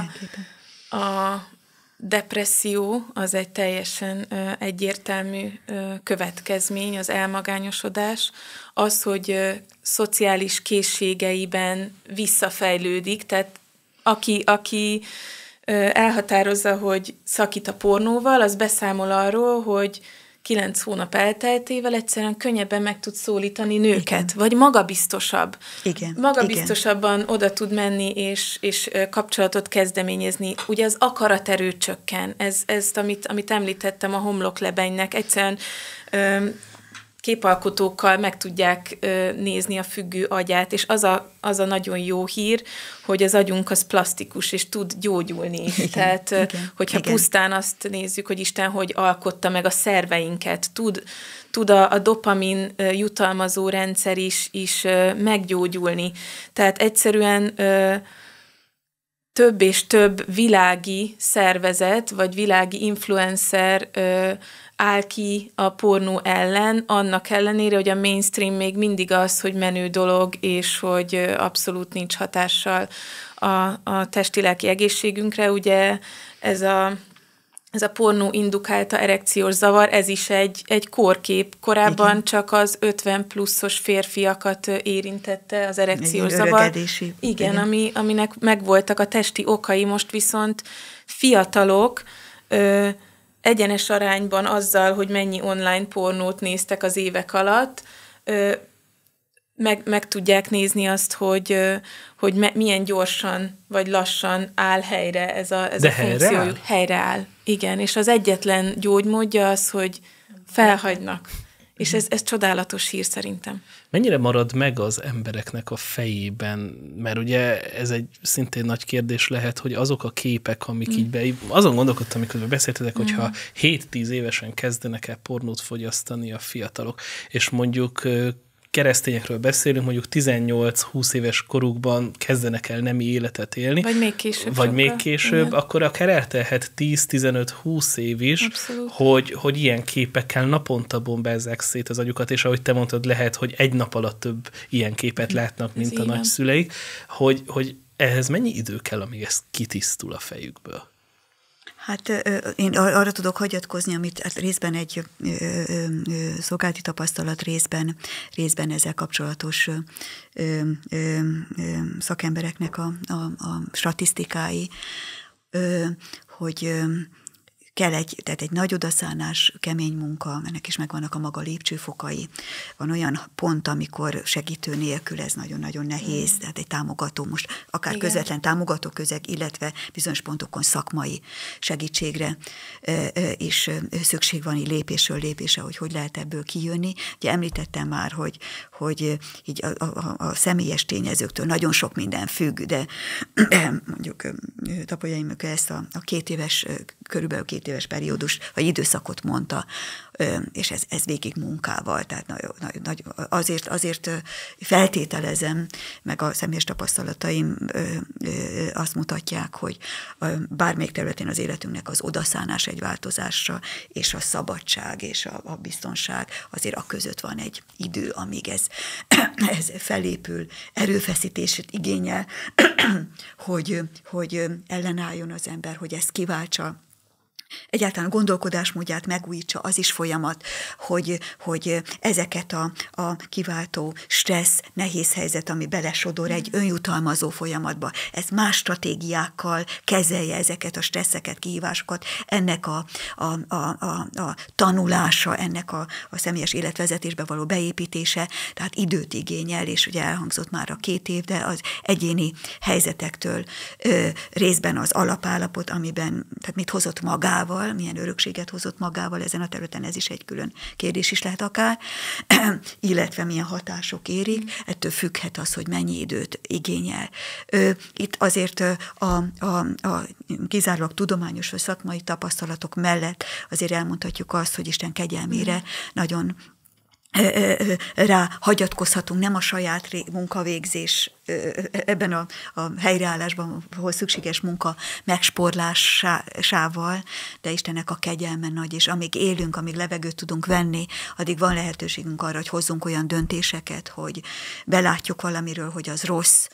a depresszió az egy teljesen ö, egyértelmű ö, következmény, az elmagányosodás, az, hogy ö, szociális készségeiben visszafejlődik, tehát aki, aki ö, elhatározza, hogy szakít a pornóval, az beszámol arról, hogy kilenc hónap elteltével egyszerűen könnyebben meg tud szólítani nőket, igen. vagy magabiztosabb. Igen. Magabiztosabban igen. oda tud menni, és, és kapcsolatot kezdeményezni. Ugye az akaraterő csökken. Ez, ezt, amit, amit említettem a homloklebenynek, egyszerűen ö, képalkotókkal meg tudják ö, nézni a függő agyát, és az a, az a nagyon jó hír, hogy az agyunk az plasztikus, és tud gyógyulni. Igen, Tehát, igen, hogyha igen. pusztán azt nézzük, hogy Isten hogy alkotta meg a szerveinket, tud, tud a, a dopamin ö, jutalmazó rendszer is, is ö, meggyógyulni. Tehát egyszerűen ö, több és több világi szervezet, vagy világi influencer ö, áll ki a pornó ellen, annak ellenére, hogy a mainstream még mindig az, hogy menő dolog, és hogy abszolút nincs hatással a, a testi-lelki egészségünkre. Ugye ez a, ez a pornó indukálta erekciós zavar, ez is egy, egy kórkép. Korábban igen. csak az ötven pluszos férfiakat érintette az erekciós egy zavar. Igen, igen. Ami, aminek megvoltak a testi okai, most viszont fiatalok ö, egyenes arányban azzal, hogy mennyi online pornót néztek az évek alatt, meg, meg tudják nézni azt, hogy, hogy me, milyen gyorsan vagy lassan áll helyre ez a, ez De a funkciójuk. Helyre áll. Igen, és az egyetlen gyógymódja az, hogy felhagynak. És ez, ez csodálatos hír szerintem. Mennyire marad meg az embereknek a fejében? Mert ugye ez egy szintén nagy kérdés lehet, hogy azok a képek, amik mm. így be... Azon gondolkodtam, amikor beszéltetek, mm. hogyha hét-tíz évesen kezdenek el pornót fogyasztani a fiatalok, és mondjuk keresztényekről beszélünk, mondjuk tizennyolc-húsz éves korukban kezdenek el nemi életet élni. Vagy még később. Vagy sokkal. még később, igen. akkor akár eltelhet tíz-tizenöt-húsz év is, hogy, hogy ilyen képekkel naponta bombázzák szét az agyukat, és ahogy te mondtad, lehet, hogy egy nap alatt több ilyen képet látnak, mint ez a nagyszüleik, hogy, hogy ehhez mennyi idő kell, amíg ez kitisztul a fejükből? Hát én arra tudok hagyatkozni, amit hát részben egy szolgálati tapasztalat, részben, részben ezzel kapcsolatos szakembereknek a, a, a statisztikái, hogy kell egy, tehát egy nagy odaszánás, kemény munka, ennek is megvannak a maga lépcsőfokai. Van olyan pont, amikor segítő nélkül ez nagyon-nagyon nehéz, tehát egy támogató, most akár igen. közvetlen támogató közeg, illetve bizonyos pontokon szakmai segítségre is szükség van, így lépésről lépésre, hogy hogy lehet ebből kijönni. Ugye említettem már, hogy, hogy így a, a, a személyes tényezőktől nagyon sok minden függ, de mondjuk Tapolyaim ezt a, a két éves, körülbelül két éves periódus, vagy időszakot mondta, és ez, ez végig munkával, tehát nagyon, nagyon, azért, azért feltételezem, meg a személyes tapasztalataim azt mutatják, hogy bármelyik területén az életünknek az odaszánás egy változásra, és a szabadság, és a, a biztonság, azért a között van egy idő, amíg ez, ez felépül, erőfeszítését igényel, hogy, hogy ellenálljon az ember, hogy ezt kiváltsa, egyáltalán gondolkodásmódját megújítsa, az is folyamat, hogy, hogy ezeket a, a kiváltó stressz, nehéz helyzet, ami belesodor egy önjutalmazó folyamatba, ez más stratégiákkal kezelje ezeket a stresszeket, kihívásokat, ennek a, a, a, a, a tanulása, ennek a, a személyes életvezetésbe való beépítése, tehát időt igényel, és ugye elhangzott már a két év, de az egyéni helyzetektől ö, részben az alapállapot, amiben, tehát mit hozott magával, magával, milyen örökséget hozott magával, ezen a területen ez is egy külön kérdés is lehet akár, illetve milyen hatások érik, ettől függhet az, hogy mennyi időt igényel. Itt azért a, a, a kizárólag tudományos vagy szakmai tapasztalatok mellett azért elmondhatjuk azt, hogy Isten kegyelmére mm. nagyon rá hagyatkozhatunk, nem a saját munkavégzés ebben a, a helyreállásban, ahol szükséges munka megsporlásával, de Istennek a kegyelme nagy, és amíg élünk, amíg levegőt tudunk venni, addig van lehetőségünk arra, hogy hozzunk olyan döntéseket, hogy belátjuk valamiről, hogy az rossz,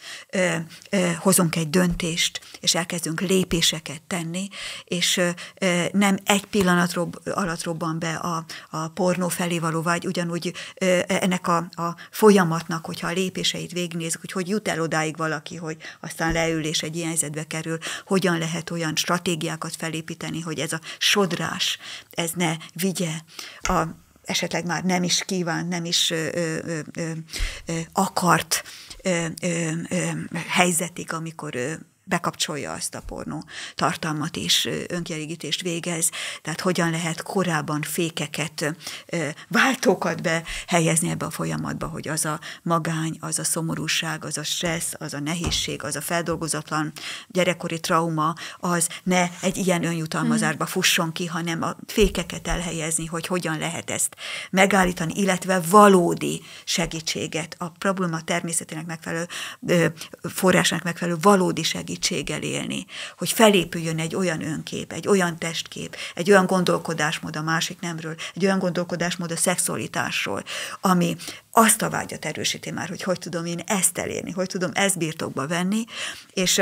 hozunk egy döntést, és elkezdünk lépéseket tenni, és nem egy pillanat alatt robban be a, a pornó felé való vágy, ugyanúgy ennek a, a folyamatnak, hogyha a lépéseit végignézzük, hogy hogy jut el odáig valaki, hogy aztán leül és egy ilyen helyzetbe kerül, hogyan lehet olyan stratégiákat felépíteni, hogy ez a sodrás, ez ne vigye a esetleg már nem is kívánt, nem is ö, ö, ö, ö, akart ö, ö, ö, helyzetig, amikor ö, bekapcsolja azt a pornó tartalmat és önkielégítést végez, tehát hogyan lehet korábban fékeket, váltókat behelyezni ebbe a folyamatba, hogy az a magány, az a szomorúság, az a stressz, az a nehézség, az a feldolgozatlan gyerekkori trauma, az ne egy ilyen önjutalmazásba fusson ki, hanem a fékeket elhelyezni, hogy hogyan lehet ezt megállítani, illetve valódi segítséget, a probléma természetének megfelelő, forrásnak megfelelő valódi segítséget élni, hogy felépüljön egy olyan önkép, egy olyan testkép, egy olyan gondolkodásmód a másik nemről, egy olyan gondolkodásmód a szexualitásról, ami azt a vágyat erősíti már, hogy hogy tudom én ezt elérni, hogy tudom ezt birtokba venni, és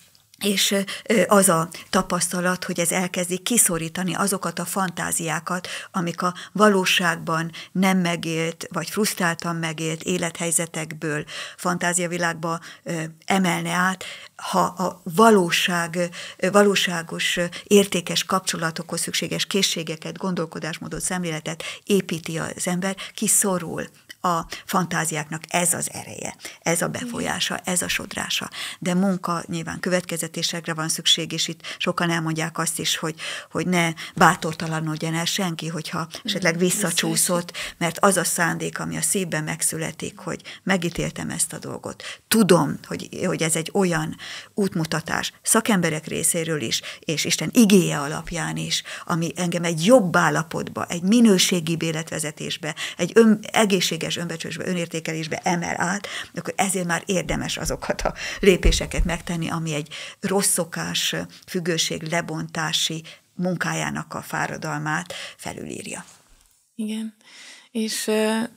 és az a tapasztalat, hogy ez elkezdi kiszorítani azokat a fantáziákat, amik a valóságban nem megélt, vagy frusztráltan megélt élethelyzetekből fantáziavilágba emelne át, ha a valóság, valóságos, értékes kapcsolatokhoz szükséges készségeket, gondolkodásmódot, szemléletet építi az ember, kiszorul a fantáziáknak ez az ereje, ez a befolyása, ez a sodrása. De munka nyilván következetésekre van szükség, és itt sokan elmondják azt is, hogy, hogy ne bátortalanodjon el senki, hogyha esetleg visszacsúszott, mert az a szándék, ami a szívben megszületik, hogy megítéltem ezt a dolgot. Tudom, hogy, hogy ez egy olyan útmutatás szakemberek részéről is, és Isten igéje alapján is, ami engem egy jobb állapotba, egy minőségi életvezetésbe, egy ön, egészséges önbecsülésbe, önértékelésbe emel át, akkor ezért már érdemes azokat a lépéseket megtenni, ami egy rossz szokás, függőség lebontási munkájának a fáradalmát felülírja. Igen, és,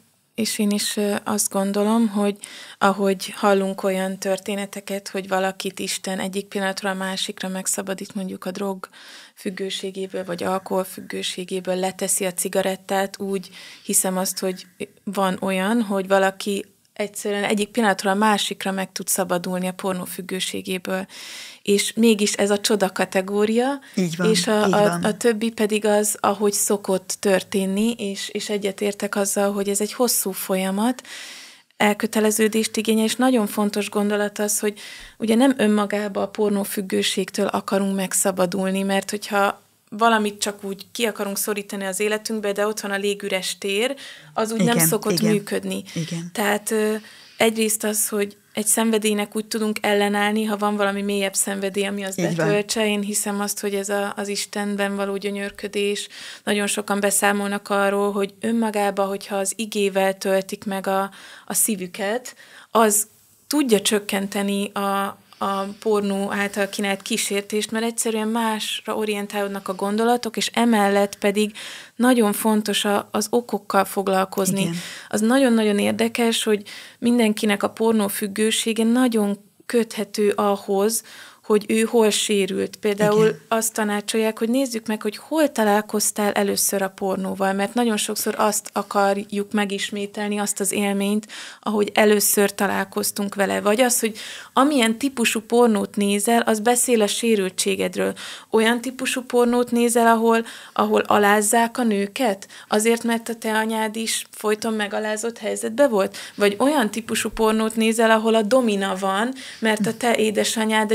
és én is azt gondolom, hogy ahogy hallunk olyan történeteket, hogy valakit Isten egyik pillanatra a másikra megszabadít mondjuk a drog függőségéből, vagy alkoholfüggőségéből, leteszi a cigarettát, úgy hiszem azt, hogy van olyan, hogy valaki egyszerűen egyik pillanatról a másikra meg tud szabadulni a pornófüggőségéből. És mégis ez a csoda kategória, így van, és a, így a, van. a többi pedig az, ahogy szokott történni, és, és egyetértek azzal, hogy ez egy hosszú folyamat, elköteleződést igényel, és nagyon fontos gondolat az, hogy ugye nem önmagába a pornófüggőségtől akarunk megszabadulni, mert hogyha valamit csak úgy ki akarunk szorítani az életünkbe, de ott van a légüres tér, az úgy igen, nem szokott igen, működni. Igen. Tehát egyrészt az, hogy egy szenvedélynek úgy tudunk ellenállni, ha van valami mélyebb szenvedély, ami az így betöltse. Van. Én hiszem azt, hogy ez a, az Istenben való gyönyörködés. Nagyon sokan beszámolnak arról, hogy önmagába, hogyha az igével töltik meg a, a szívüket, az tudja csökkenteni a, a pornó által kínált kísértést, mert egyszerűen másra orientálódnak a gondolatok, és emellett pedig nagyon fontos a, az okokkal foglalkozni. Igen. Az nagyon-nagyon érdekes, hogy mindenkinek a pornófüggősége nagyon köthető ahhoz, hogy ő hol sérült. Például igen, azt tanácsolják, hogy nézzük meg, hogy hol találkoztál először a pornóval, mert nagyon sokszor azt akarjuk megismételni, azt az élményt, ahogy először találkoztunk vele. Vagy az, hogy amilyen típusú pornót nézel, az beszél a sérültségedről. Olyan típusú pornót nézel, ahol, ahol alázzák a nőket, azért, mert a te anyád is folyton megalázott helyzetben volt? Vagy olyan típusú pornót nézel, ahol a domina van, mert a te édesanyád egy olyan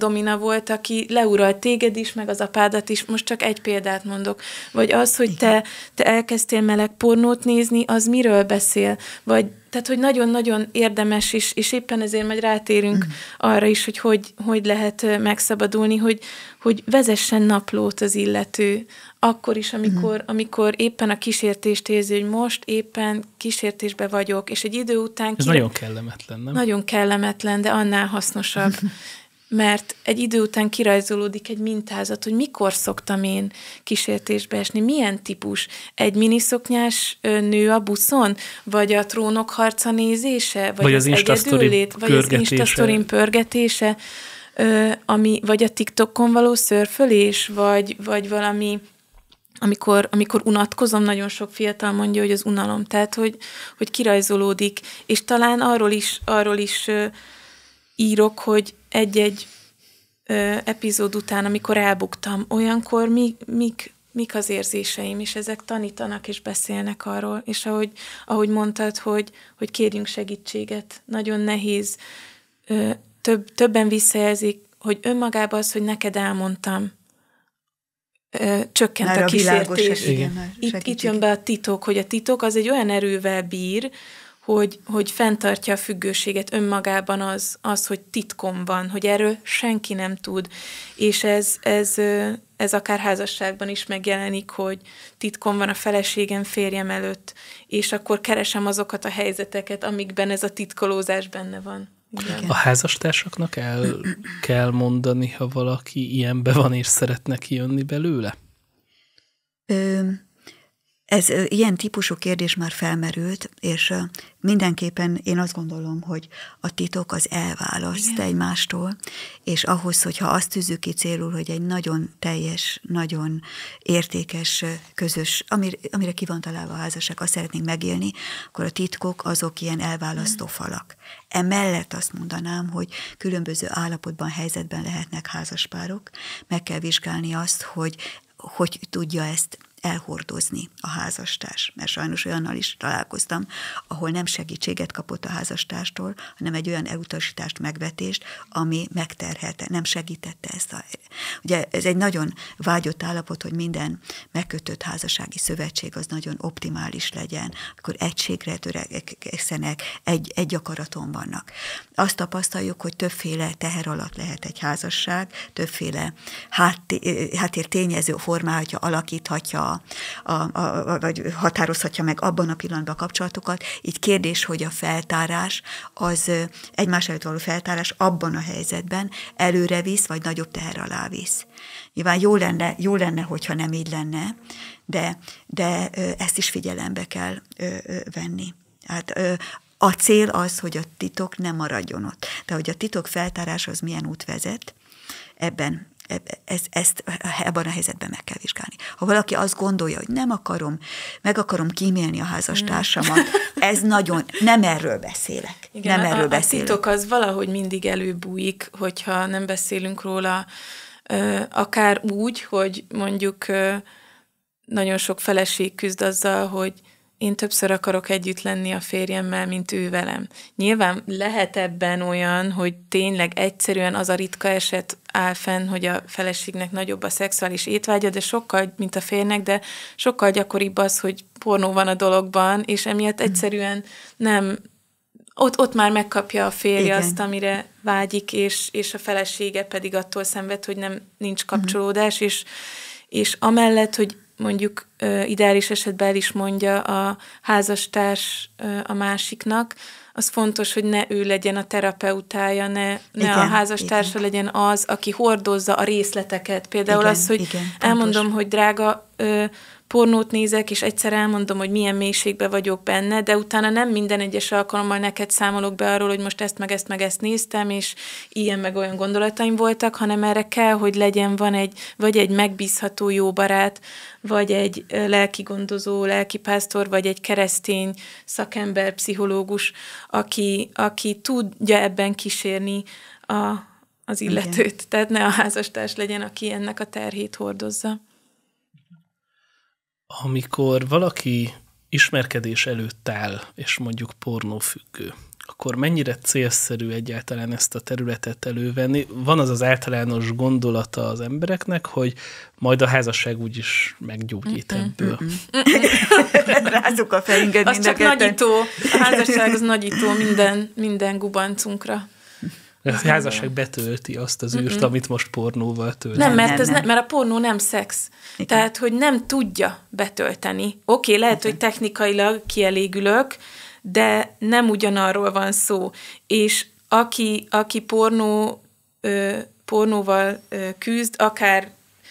domina volt, aki leuralt téged is, meg az apádat is, most csak egy példát mondok. Vagy az, hogy te, te elkezdtél meleg pornót nézni, az miről beszél? Vagy, tehát, hogy nagyon-nagyon érdemes is, és éppen ezért majd rátérünk mm. arra is, hogy, hogy hogy lehet megszabadulni, hogy, hogy vezessen naplót az illető, akkor is, amikor, mm. amikor éppen a kísértést érzi, hogy most éppen kísértésbe vagyok, és egy idő után... Ez kire... nagyon kellemetlen, nem? Nagyon kellemetlen, de annál hasznosabb. Mert egy idő után kirajzolódik egy mintázat, hogy mikor szoktam én kísértésbe esni, milyen típus. Egy miniszoknyás nő a buszon, vagy a Trónok harca nézése, vagy, vagy az, az egyedüllét, vagy az Instastorin pörgetése, ami, vagy a TikTokon való szörfölés, vagy, vagy valami... Amikor, amikor unatkozom, nagyon sok fiatal mondja, hogy az unalom, tehát, hogy, hogy kirajzolódik, és talán arról is, arról is uh, írok, hogy egy-egy uh, epizód után, amikor elbuktam, olyankor mi, mik, mik az érzéseim, és ezek tanítanak és beszélnek arról, és ahogy, ahogy mondtad, hogy, hogy kérjünk segítséget, nagyon nehéz, uh, több, többen visszajelzik, hogy önmagában az, hogy neked elmondtam, csökkent már a kísértés. Itt, itt jön be a titok, hogy a titok az egy olyan erővel bír, hogy, hogy fenntartja a függőséget önmagában az, az, hogy titkom van, hogy erről senki nem tud. És ez, ez, ez akár házasságban is megjelenik, hogy titkom van a feleségem férjem előtt, és akkor keresem azokat a helyzeteket, amikben ez a titkolózás benne van. Igen. A házastársaknak el kell mondani, ha valaki ilyenbe van, és szeretne kijönni belőle? Ö, ez ilyen típusú kérdés már felmerült, és mindenképpen én azt gondolom, hogy a titok az elválaszt igen. egymástól, és ahhoz, hogyha azt tűzzük ki célul, hogy egy nagyon teljes, nagyon értékes, közös, amire, amire ki van találva a házasság, azt szeretnénk megélni, akkor a titkok azok ilyen elválasztó falak. Emellett azt mondanám, hogy különböző állapotban, helyzetben lehetnek házaspárok, meg kell vizsgálni azt, hogy hogy tudja ezt elhordozni a házastárs. Mert sajnos olyannal is találkoztam, ahol nem segítséget kapott a házastárstól, hanem egy olyan elutasítást, megvetést, ami megterhelte, nem segítette ezt. A... Ugye ez egy nagyon vágyott állapot, hogy minden megkötött házassági szövetség az nagyon optimális legyen, akkor egységre törekszenek, egy, egy akaraton vannak. Azt tapasztaljuk, hogy többféle teher alatt lehet egy házasság, többféle háttér tényező formálhatja, alakíthatja, A, a, a, vagy határozhatja meg abban a pillanatban a kapcsolatokat. Így kérdés, hogy a feltárás, az egymás előtt való feltárás abban a helyzetben előre visz, vagy nagyobb teher alá visz. Nyilván jó lenne, jó lenne, hogyha nem így lenne, de, de ezt is figyelembe kell venni. Hát a cél az, hogy a titok nem maradjon ott. De hogy a titok feltárása az milyen út vezet, ebben Ezt, ezt ebben a helyzetben meg kell vizsgálni. Ha valaki azt gondolja, hogy nem akarom, meg akarom kímélni a házastársamat, ez nagyon, nem erről beszélek. Igen, nem erről a, beszélek. A titok az valahogy mindig előbújik, hogyha nem beszélünk róla, akár úgy, hogy mondjuk nagyon sok feleség küzd azzal, hogy én többször akarok együtt lenni a férjemmel, mint ő velem. Nyilván lehet ebben olyan, hogy tényleg egyszerűen az a ritka eset áll fenn, hogy a feleségnek nagyobb a szexuális étvágya, de sokkal, mint a férjnek, de sokkal gyakoribb az, hogy pornó van a dologban, és emiatt egyszerűen nem, ott, ott már megkapja a férje igen. azt, amire vágyik, és, és a felesége pedig attól szenved, hogy nem nincs kapcsolódás, és, és amellett, hogy mondjuk ideális esetben el is mondja a házastárs a másiknak, az fontos, hogy ne ő legyen a terapeutája, ne, ne igen, a házastársa igen. legyen az, aki hordozza a részleteket. Például igen, az, hogy igen, elmondom, hogy drága, pornót nézek, és egyszer elmondom, hogy milyen mélységben vagyok benne, de utána nem minden egyes alkalommal neked számolok be arról, hogy most ezt meg ezt meg ezt néztem, és ilyen meg olyan gondolataim voltak, hanem erre kell, hogy legyen van egy, vagy egy megbízható jó barát, vagy egy lelkigondozó, lelkipásztor, vagy egy keresztény szakember, pszichológus, aki, aki tudja ebben kísérni a, az illetőt. Igen. Tehát ne a házastárs legyen, aki ennek a terhét hordozza. Amikor valaki ismerkedés előtt áll, és mondjuk pornófüggő, akkor mennyire célszerű egyáltalán ezt a területet elővenni? Van az az általános gondolata az embereknek, hogy majd a házasság úgyis meggyógyít ebből. Rázzuk a fejünket. Az csak nagyító. A házasság az nagyító minden, minden gubancunkra. A házasság betölti azt az űrt, amit most pornóval tölt. Nem, mert, ez nem, mert a pornó nem szex. Igen. Tehát, hogy nem tudja betölteni. Oké, okay, lehet, Igen. hogy technikailag kielégülök, de nem ugyanarról van szó. És aki, aki pornó, ö, pornóval ö, küzd, akár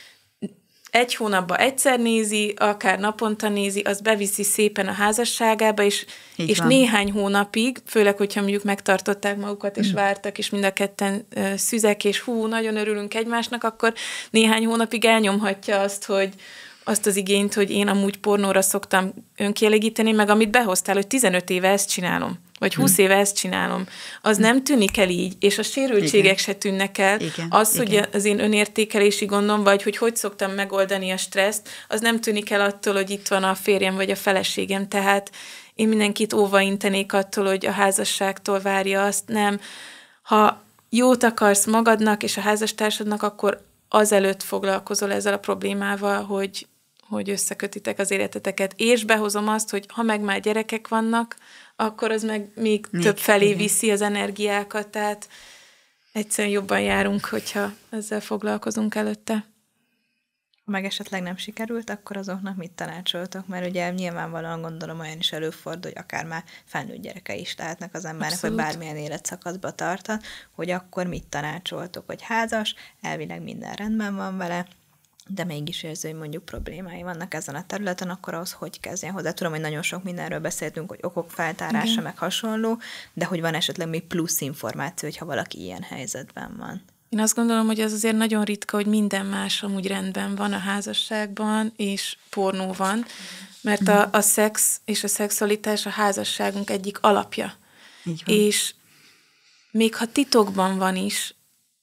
egy hónapban egyszer nézi, akár naponta nézi, az beviszi szépen a házasságába, és, és néhány hónapig, főleg, hogyha mondjuk megtartották magukat, és mm. vártak, és mind a ketten ö, szüzek, és hú, nagyon örülünk egymásnak, akkor néhány hónapig elnyomhatja azt, hogy azt az igényt, hogy én amúgy pornóra szoktam önkielégíteni, meg amit behoztál, hogy tizenöt éve ezt csinálom, vagy húsz éve ezt csinálom, az nem tűnik el így, és a sérültségek Igen. se tűnnek el. Igen. Az, Igen. hogy az én önértékelési gondom, vagy hogy hogy szoktam megoldani a stresszt, az nem tűnik el attól, hogy itt van a férjem, vagy a feleségem. Tehát én mindenkit óvaintenék attól, hogy a házasságtól várja azt. Nem. Ha jót akarsz magadnak és a házastársadnak, akkor azelőtt foglalkozol ezzel a problémával, hogy hogy összekötitek az életeteket, és behozom azt, hogy ha meg már gyerekek vannak, akkor az meg még, még több felé igen. viszi az energiákat, tehát egyszerűen jobban járunk, hogyha ezzel foglalkozunk előtte. Ha meg esetleg nem sikerült, akkor azoknak mit tanácsoltok? Mert ugye nyilvánvalóan gondolom olyan is előfordul, hogy akár már felnőtt gyerekei is lehetnek az embernek, Abszolút. Vagy bármilyen életszakaszba tartan, hogy akkor mit tanácsoltok, hogy házas, elvileg minden rendben van vele, de mégis érző, hogy mondjuk problémái vannak ezen a területen, akkor ahhoz hogy kezdjen hozzá? Tudom, hogy nagyon sok mindenről beszéltünk, hogy okok feltárása, Igen. meg hasonló, de hogy van esetleg még plusz információ, hogyha valaki ilyen helyzetben van. Én azt gondolom, hogy az azért nagyon ritka, hogy minden más amúgy rendben van a házasságban, és pornó van, mert a, a szex és a szexualitás a házasságunk egyik alapja. Így van. És még ha titokban van is,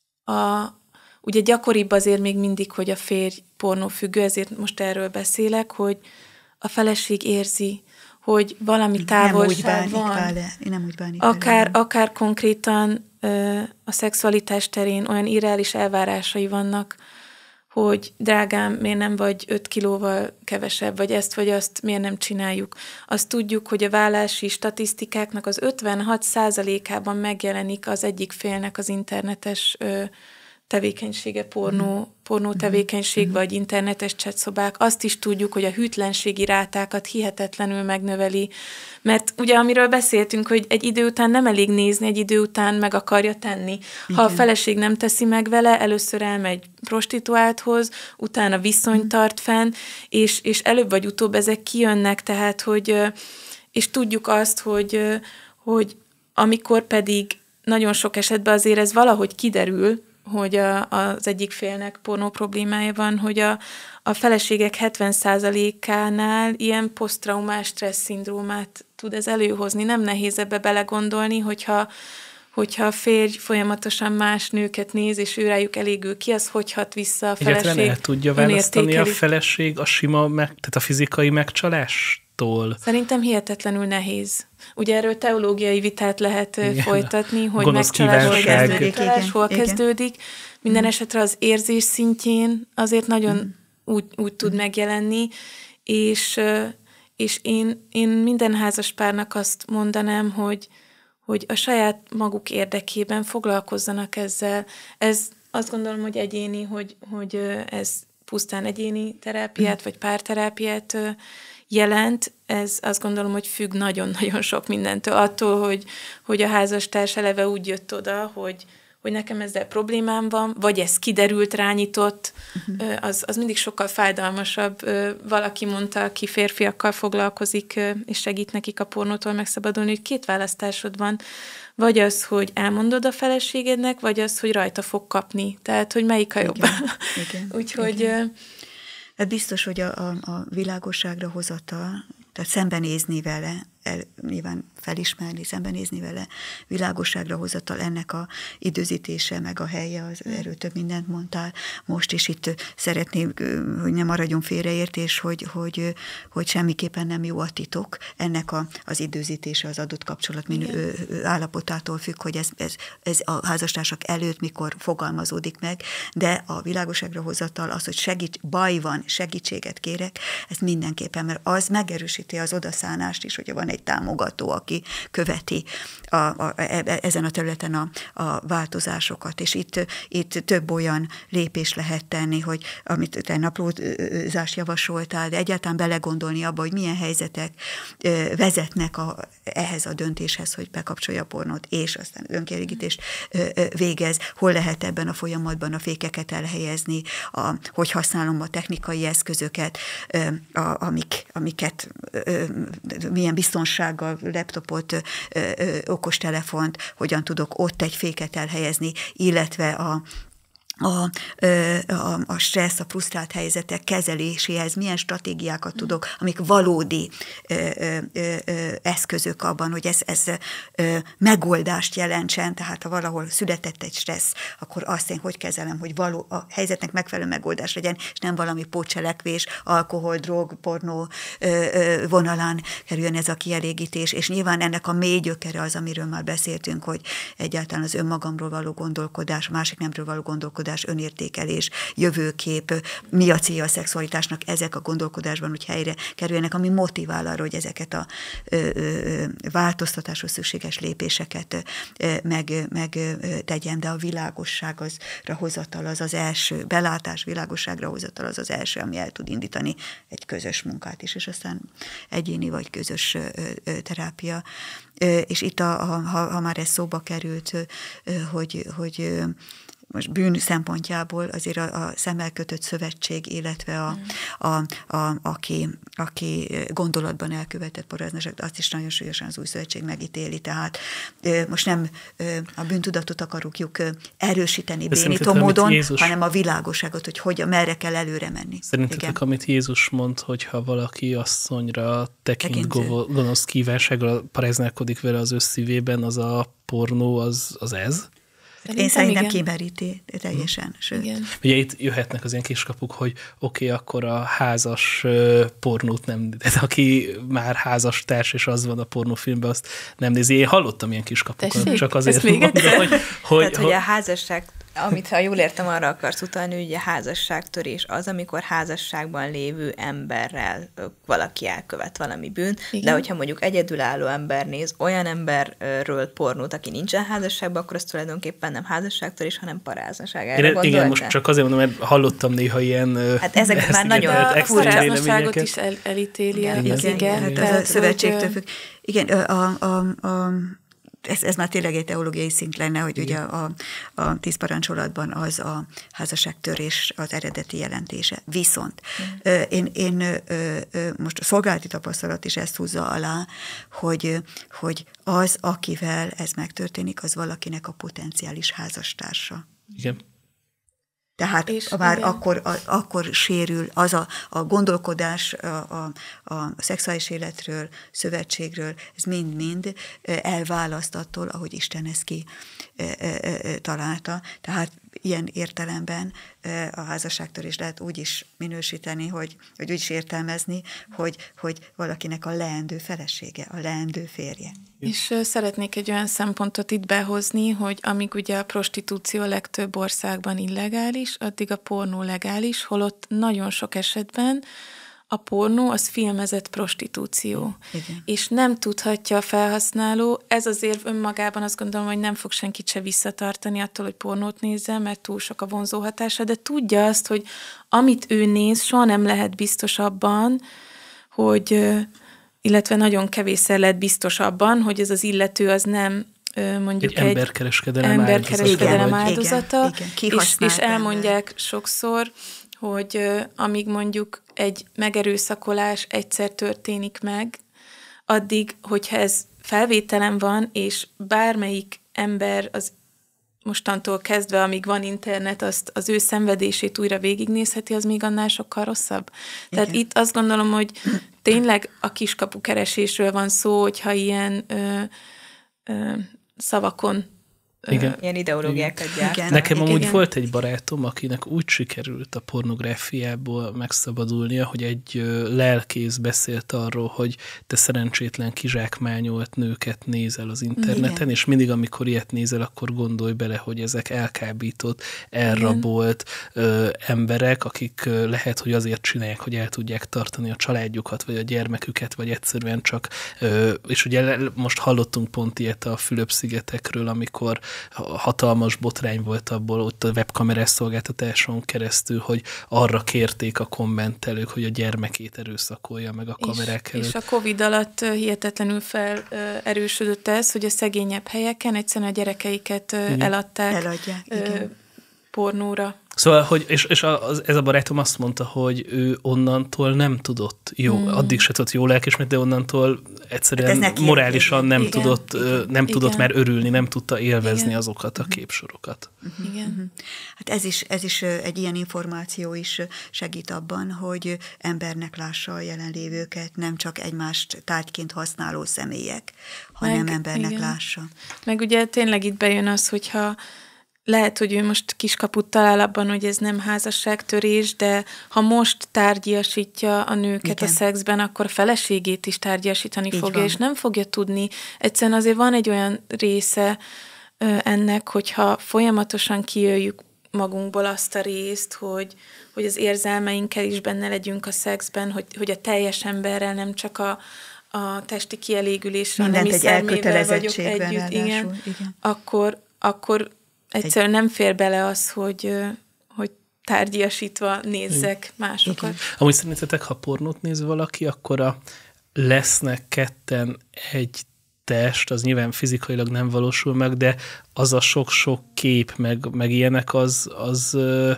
a ugye gyakoribb azért még mindig, hogy a férj pornófüggő, ezért most erről beszélek, hogy a feleség érzi, hogy valami távolság van. Vele. Nem úgy bánik akár, akár konkrétan ö, a szexualitás terén olyan irreális elvárásai vannak, hogy drágám, miért nem vagy öt kilóval kevesebb, vagy ezt vagy azt miért nem csináljuk. Azt tudjuk, hogy a vállási statisztikáknak az ötvenhat százalékában megjelenik az egyik félnek az internetes ö, tevékenysége, pornó, pornó tevékenység, mm. vagy internetes chatszobák. Azt is tudjuk, hogy a hűtlenségi rátákat hihetetlenül megnöveli, mert ugye amiről beszéltünk, hogy egy idő után nem elég nézni, egy idő után meg akarja tenni. Igen. Ha a feleség nem teszi meg vele, először elmegy prostituálthoz, utána viszonyt mm. tart fenn, és, és előbb vagy utóbb ezek kijönnek, tehát, hogy és tudjuk azt, hogy, hogy amikor pedig nagyon sok esetben azért ez valahogy kiderül, hogy a, az egyik félnek pornó problémája van, hogy a, a feleségek hetven százalékánál ilyen posztraumás stressz szindrómát tud ez előhozni. Nem nehéz ebbe belegondolni, hogyha, hogyha a férj folyamatosan más nőket néz, és ő rájuk elégül ki, az hogy hat vissza a feleség. Egyáltalán el tudja választani a feleség a sima, meg, tehát a fizikai megcsalástól? Szerintem hihetetlenül nehéz. Ugye erről teológiai vitát lehet Igen. folytatni, hogy megcsalás hol kezdődik, Igen. hol kezdődik. Minden esetre az érzés szintjén azért nagyon mm. úgy, úgy tud mm. megjelenni, és, és én, én minden házaspárnak azt mondanám, hogy, hogy a saját maguk érdekében foglalkozzanak ezzel. Ez azt gondolom, hogy egyéni, hogy, hogy ez pusztán egyéni terápiát, mm. vagy párterápiát jelent, ez azt gondolom, hogy függ nagyon-nagyon sok mindentől. Attól, hogy, hogy a házastárs eleve úgy jött oda, hogy, hogy nekem ezzel problémám van, vagy ez kiderült, rányitott, uh-huh. az, az mindig sokkal fájdalmasabb. Valaki mondta, aki férfiakkal foglalkozik, és segít nekik a pornótól megszabadulni, hogy két választásod van. Vagy az, hogy elmondod a feleségednek, vagy az, hogy rajta fog kapni. Tehát, hogy melyik a jobb. Igen. Igen. Úgyhogy... Igen. Hát biztos, hogy a, a, a világosságra hozatal, tehát szembenézni vele, el, nyilván felismerni, szembenézni vele, világosságra hozatal, ennek a időzítése, meg a helye, az, erről több mindent mondtál most, és itt szeretném, hogy ne maradjon félreértés, hogy, hogy, hogy semmiképpen nem jó a titok, ennek a, az időzítése az adott kapcsolat minő, állapotától függ, hogy ez, ez, ez a házastársak előtt mikor fogalmazódik meg, de a világosságra hozatal, az, hogy segít, baj van, segítséget kérek, ezt mindenképpen, mert az megerősíti az odaszánást is, hogyha van egy támogató, aki követi a, a, ezen a területen a, a változásokat, és itt, itt több olyan lépés lehet tenni, hogy amit te naplózást javasoltál, de egyáltalán belegondolni abba, hogy milyen helyzetek vezetnek a, ehhez a döntéshez, hogy bekapcsolja a pornót, és aztán önkielégítést végez, hol lehet ebben a folyamatban a fékeket elhelyezni, a, hogy használom a technikai eszközöket, a, amik, amiket milyen biztonsággal, laptopot, okostelefont, hogyan tudok ott egy féket elhelyezni, illetve a A, a, a stressz, a frusztrált helyzetek kezeléséhez milyen stratégiákat tudok, amik valódi ö, ö, ö, eszközök abban, hogy ez, ez ö, megoldást jelentsen, tehát ha valahol született egy stressz, akkor azt én hogy kezelem, hogy való, a helyzetnek megfelelő megoldás legyen, és nem valami pótcselekvés, alkohol, drog, pornó ö, ö, vonalán kerüljön ez a kielégítés, és nyilván ennek a mély gyökere az, amiről már beszéltünk, hogy egyáltalán az önmagamról való gondolkodás, a másik nemről való gondolkodás, önértékelés, jövőkép, mi a célja a szexualitásnak, ezek a gondolkodásban, hogy helyre kerüljenek, ami motivál arra, hogy ezeket a ö, ö, változtatáshoz szükséges lépéseket ö, meg, meg ö, tegyem, de a világosságra hozatal az az első, belátás világosságra hozatal az az első, ami el tud indítani egy közös munkát is, és aztán egyéni vagy közös ö, ö, terápia. Ö, és itt, a, ha, ha már ez szóba került, ö, hogy, hogy most bűn szempontjából azért a, a szemmel kötött szövetség, illetve a, a, a, aki, aki gondolatban elkövetett pornográfiát, azt is nagyon súlyosan az új szövetség megítéli. Tehát most nem a bűntudatot akarjuk erősíteni bénító módon, Jézus... hanem a világosságot, hogy hogy, merre kell előre menni. Szerintetek, igen. Amit Jézus mond, hogyha valaki asszonyra tekint gonosz kívánsággal, paráználkodik vele az ő szívében, az a pornó, az, az ez? Szerintem Én szerintem igen. kimeríti teljesen. Sőt. Igen. Ugye itt jöhetnek az ilyen kiskapuk, hogy oké, okay, akkor a házas uh, pornót nem, de aki már házas társ, és az van a pornófilmben, azt nem nézi. Én hallottam ilyen kiskapukat, Tessék? Csak azért mondom, hogy, hogy... Tehát, hogy a házasság, amit ha jól értem, arra akarsz utalni, hogy a házasságtörés az, amikor házasságban lévő emberrel valaki elkövet valami bűn, igen. De hogyha mondjuk egyedülálló ember néz olyan emberről pornót, aki nincsen házasságban, akkor az tulajdonképpen nem házasságtörés, hanem paráznaság. Erre igen, igen, most csak azért mondom, mert hallottam néha ilyen... Hát ezek már nagyon... A paráznaságot is el, elítéli igen, az igen. igen. Hát ez a szövetségtől függ. Igen, a... a, a Ez, ez már tényleg egy teológiai szint lenne, hogy igen. Ugye a, a tíz parancsolatban az a házasságtörés az eredeti jelentése. Viszont mm. én, én most a szolgálati tapasztalat is ezt húzza alá, hogy, hogy az, akivel ez megtörténik, az valakinek a potenciális házastársa. Igen. Tehát és már akkor, a, akkor sérül az a, a gondolkodás a, a, a szexuális életről, szövetségről, ez mind-mind elválaszt attól, ahogy Isten ezt ki találta. Tehát ilyen értelemben a házasságtörést lehet úgy is minősíteni, hogy, hogy úgy is értelmezni, hogy, hogy valakinek a leendő felesége, a leendő férje. És szeretnék egy olyan szempontot itt behozni, hogy amíg ugye a prostitúció legtöbb országban illegális, addig a pornó legális, holott nagyon sok esetben a pornó az filmezett prostitúció. Igen. És nem tudhatja a felhasználó, ez azért önmagában azt gondolom, hogy nem fog senkit se visszatartani attól, hogy pornót nézzen, mert túl sok a vonzó hatása, de tudja azt, hogy amit ő néz, soha nem lehet biztos abban, hogy, illetve nagyon kevésszer lehet biztos abban, hogy ez az illető az nem mondjuk egy, egy emberkereskedelem, emberkereskedelem áldozata, áldozata igen, és, és elmondják ember. sokszor, hogy uh, amíg mondjuk egy megerőszakolás egyszer történik meg, addig, hogyha ez felvételen van, és bármelyik ember az mostantól kezdve, amíg van internet, azt az ő szenvedését újra végignézheti, az még annál sokkal rosszabb. Igen. Tehát itt azt gondolom, hogy tényleg a kiskapu keresésről van szó, hogyha ilyen ö, ö, szavakon Igen. Ilyen ideológiákat gyárt. Nekem igen, amúgy igen. volt egy barátom, akinek úgy sikerült a pornográfiából megszabadulnia, hogy egy lelkész beszélt arról, hogy te szerencsétlen kizsákmányolt nőket nézel az interneten, igen. és mindig, amikor ilyet nézel, akkor gondolj bele, hogy ezek elkábított, elrabolt ö, emberek, akik ö, lehet, hogy azért csinálják, hogy el tudják tartani a családjukat, vagy a gyermeküket, vagy egyszerűen csak, ö, és ugye most hallottunk pont ilyet a Fülöp-szigetekről, amikor hatalmas botrány volt abból ott a webkamerás szolgáltatáson keresztül, hogy arra kérték a kommentelők, hogy a gyermekét erőszakolja meg a kamerák és, előtt. És a Covid alatt hihetetlenül felerősödött ez, hogy a szegényebb helyeken egyszerűen a gyerekeiket igen. eladták Eladják, igen. pornóra. Szóval, hogy, és, és az, ez a barátom azt mondta, hogy ő onnantól nem tudott jó, hmm. addig se tudott jó lelkismét, de onnantól egyszerűen hát morálisan nem, igen, tudott, igen, nem igen. tudott már örülni, nem tudta élvezni igen. azokat a képsorokat. Uh-huh. Igen. Uh-huh. Hát ez is, ez is egy ilyen információ is segít abban, hogy embernek lássa a jelenlévőket, nem csak egymást tárgyként használó személyek, hanem meg, embernek igen. lássa. Meg ugye tényleg itt bejön az, hogyha lehet, hogy ő most kiskaput talál abban, hogy ez nem házasságtörés, de ha most tárgyasítja a nőket igen. a szexben, akkor a feleségét is tárgyasítani így fogja, van. És nem fogja tudni. Egyszerűen azért van egy olyan része ennek, hogyha folyamatosan kijöjjük magunkból azt a részt, hogy, hogy az érzelmeinkkel is benne legyünk a szexben, hogy, hogy a teljes emberrel, nem csak a, a testi kielégülésre, mindent nem is szermével vagyok együtt, igen, igen. Akkor, akkor egyszerűen nem fér bele az, hogy, hogy tárgyasítva nézzek másokat. Okay. Amúgy szerintetek, ha pornót néz valaki, akkor a lesznek ketten egy test, az nyilván fizikailag nem valósul meg, de az a sok-sok kép, meg, meg ilyenek, az, az ö,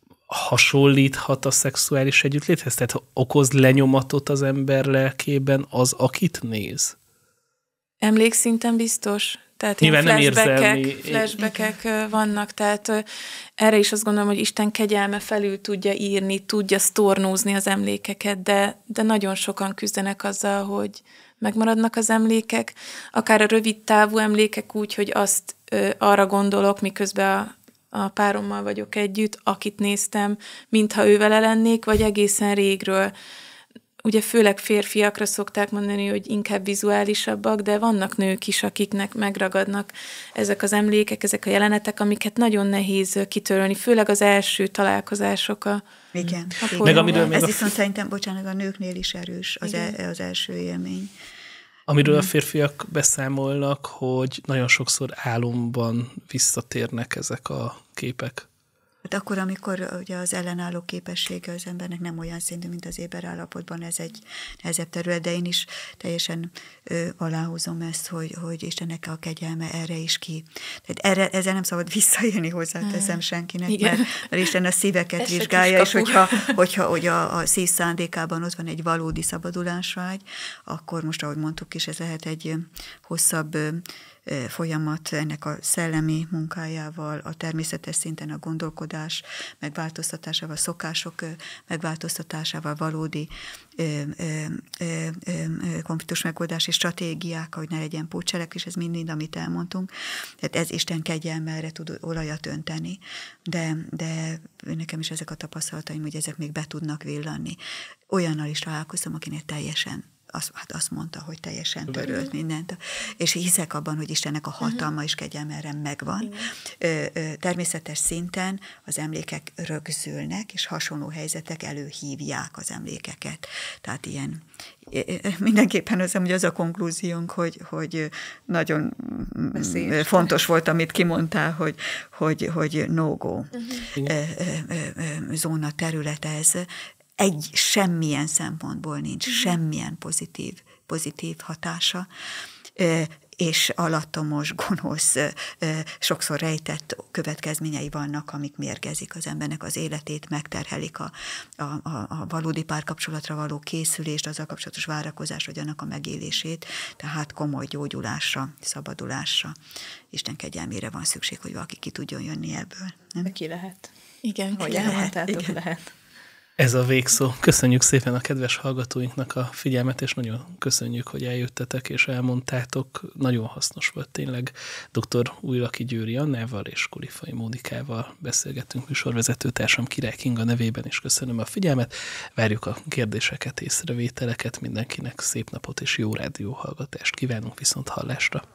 hasonlíthat a szexuális együttléthez? Tehát okoz lenyomatot az ember lelkében az, akit néz? Emlékszinten biztos. Tehát ilyen flashbackek, flashbackek vannak, tehát erre is azt gondolom, hogy Isten kegyelme felül tudja írni, tudja sztornózni az emlékeket, de, de nagyon sokan küzdenek azzal, hogy megmaradnak az emlékek, akár a rövid távú emlékek úgy, hogy azt ö, arra gondolok, miközben a, a párommal vagyok együtt, akit néztem, mintha ő vele lennék, vagy egészen régről. Ugye főleg férfiakra szokták mondani, hogy inkább vizuálisabbak, de vannak nők is, akiknek megragadnak ezek az emlékek, ezek a jelenetek, amiket nagyon nehéz kitörölni, főleg az első találkozások a igen. A meg amiről még ez a... viszont szerintem, bocsánat, a nőknél is erős az, el, az első élmény. Amiről a férfiak beszámolnak, hogy nagyon sokszor álomban visszatérnek ezek a képek. Hát akkor, amikor ugye az ellenálló képessége az embernek nem olyan szintű, mint az éber állapotban, ez egy nehezebb terület, de én is teljesen ö, aláhúzom ezt, hogy, hogy Istennek a kegyelme erre is ki. Tehát erre, ezzel nem szabad visszaélni, hozzáteszem senkinek, mert, mert Isten a szíveket ez vizsgálja, és hogyha, hogyha hogy a, a szív szándékában ott van egy valódi szabadulásvágy, akkor most, ahogy mondtuk is, ez lehet egy hosszabb folyamat ennek a szellemi munkájával, a természetes szinten a gondolkodás megváltoztatásával, szokások megváltoztatásával, valódi konfliktus megoldási stratégiák, hogy ne legyen pótcselekvés, ez mind-mind, amit elmondtunk. Tehát ez Isten kegyelme, erre tud olajat önteni, de, de nekem is ezek a tapasztalataim, hogy ezek még be tudnak villanni. Olyannal is találkoztam, akinek teljesen Azt, hát azt mondta, hogy teljesen törölt mindent. És hiszek abban, hogy Istennek a hatalma és kegyelme erre megvan. Ö, ö, természetes szinten az emlékek rögzülnek, és hasonló helyzetek előhívják az emlékeket. Tehát ilyen, mindenképpen az, hogy az a konklúziónk, hogy, hogy nagyon Beszélyes. fontos volt, amit kimondtál, hogy, hogy, hogy no-go uh-huh. zóna terület ez. Egy semmilyen szempontból nincs, mm. semmilyen pozitív, pozitív hatása. és alattomos, gonosz, sokszor rejtett következményei vannak, amik mérgezik az embernek az életét, megterhelik a, a, a valódi párkapcsolatra való készülést, azzal kapcsolatos várakozás, vagy annak a megélését, tehát komoly gyógyulásra, szabadulásra, Isten kegyelmére van szükség, hogy valaki ki tudjon jönni ebből. Nem? De ki lehet. Igen, hogy lehet, elmondtátok, igen. lehet. Ez a végszó. Köszönjük szépen a kedves hallgatóinknak a figyelmet, és nagyon köszönjük, hogy eljöttetek és elmondtátok. Nagyon hasznos volt tényleg. dr. Újlaki Győri Annával és Kulifai Mónikával beszélgettünk műsorvezetőtársam Király Kinga nevében, és köszönöm a figyelmet. Várjuk a kérdéseket, észrevételeket, mindenkinek szép napot és jó rádióhallgatást kívánunk, viszont hallásra.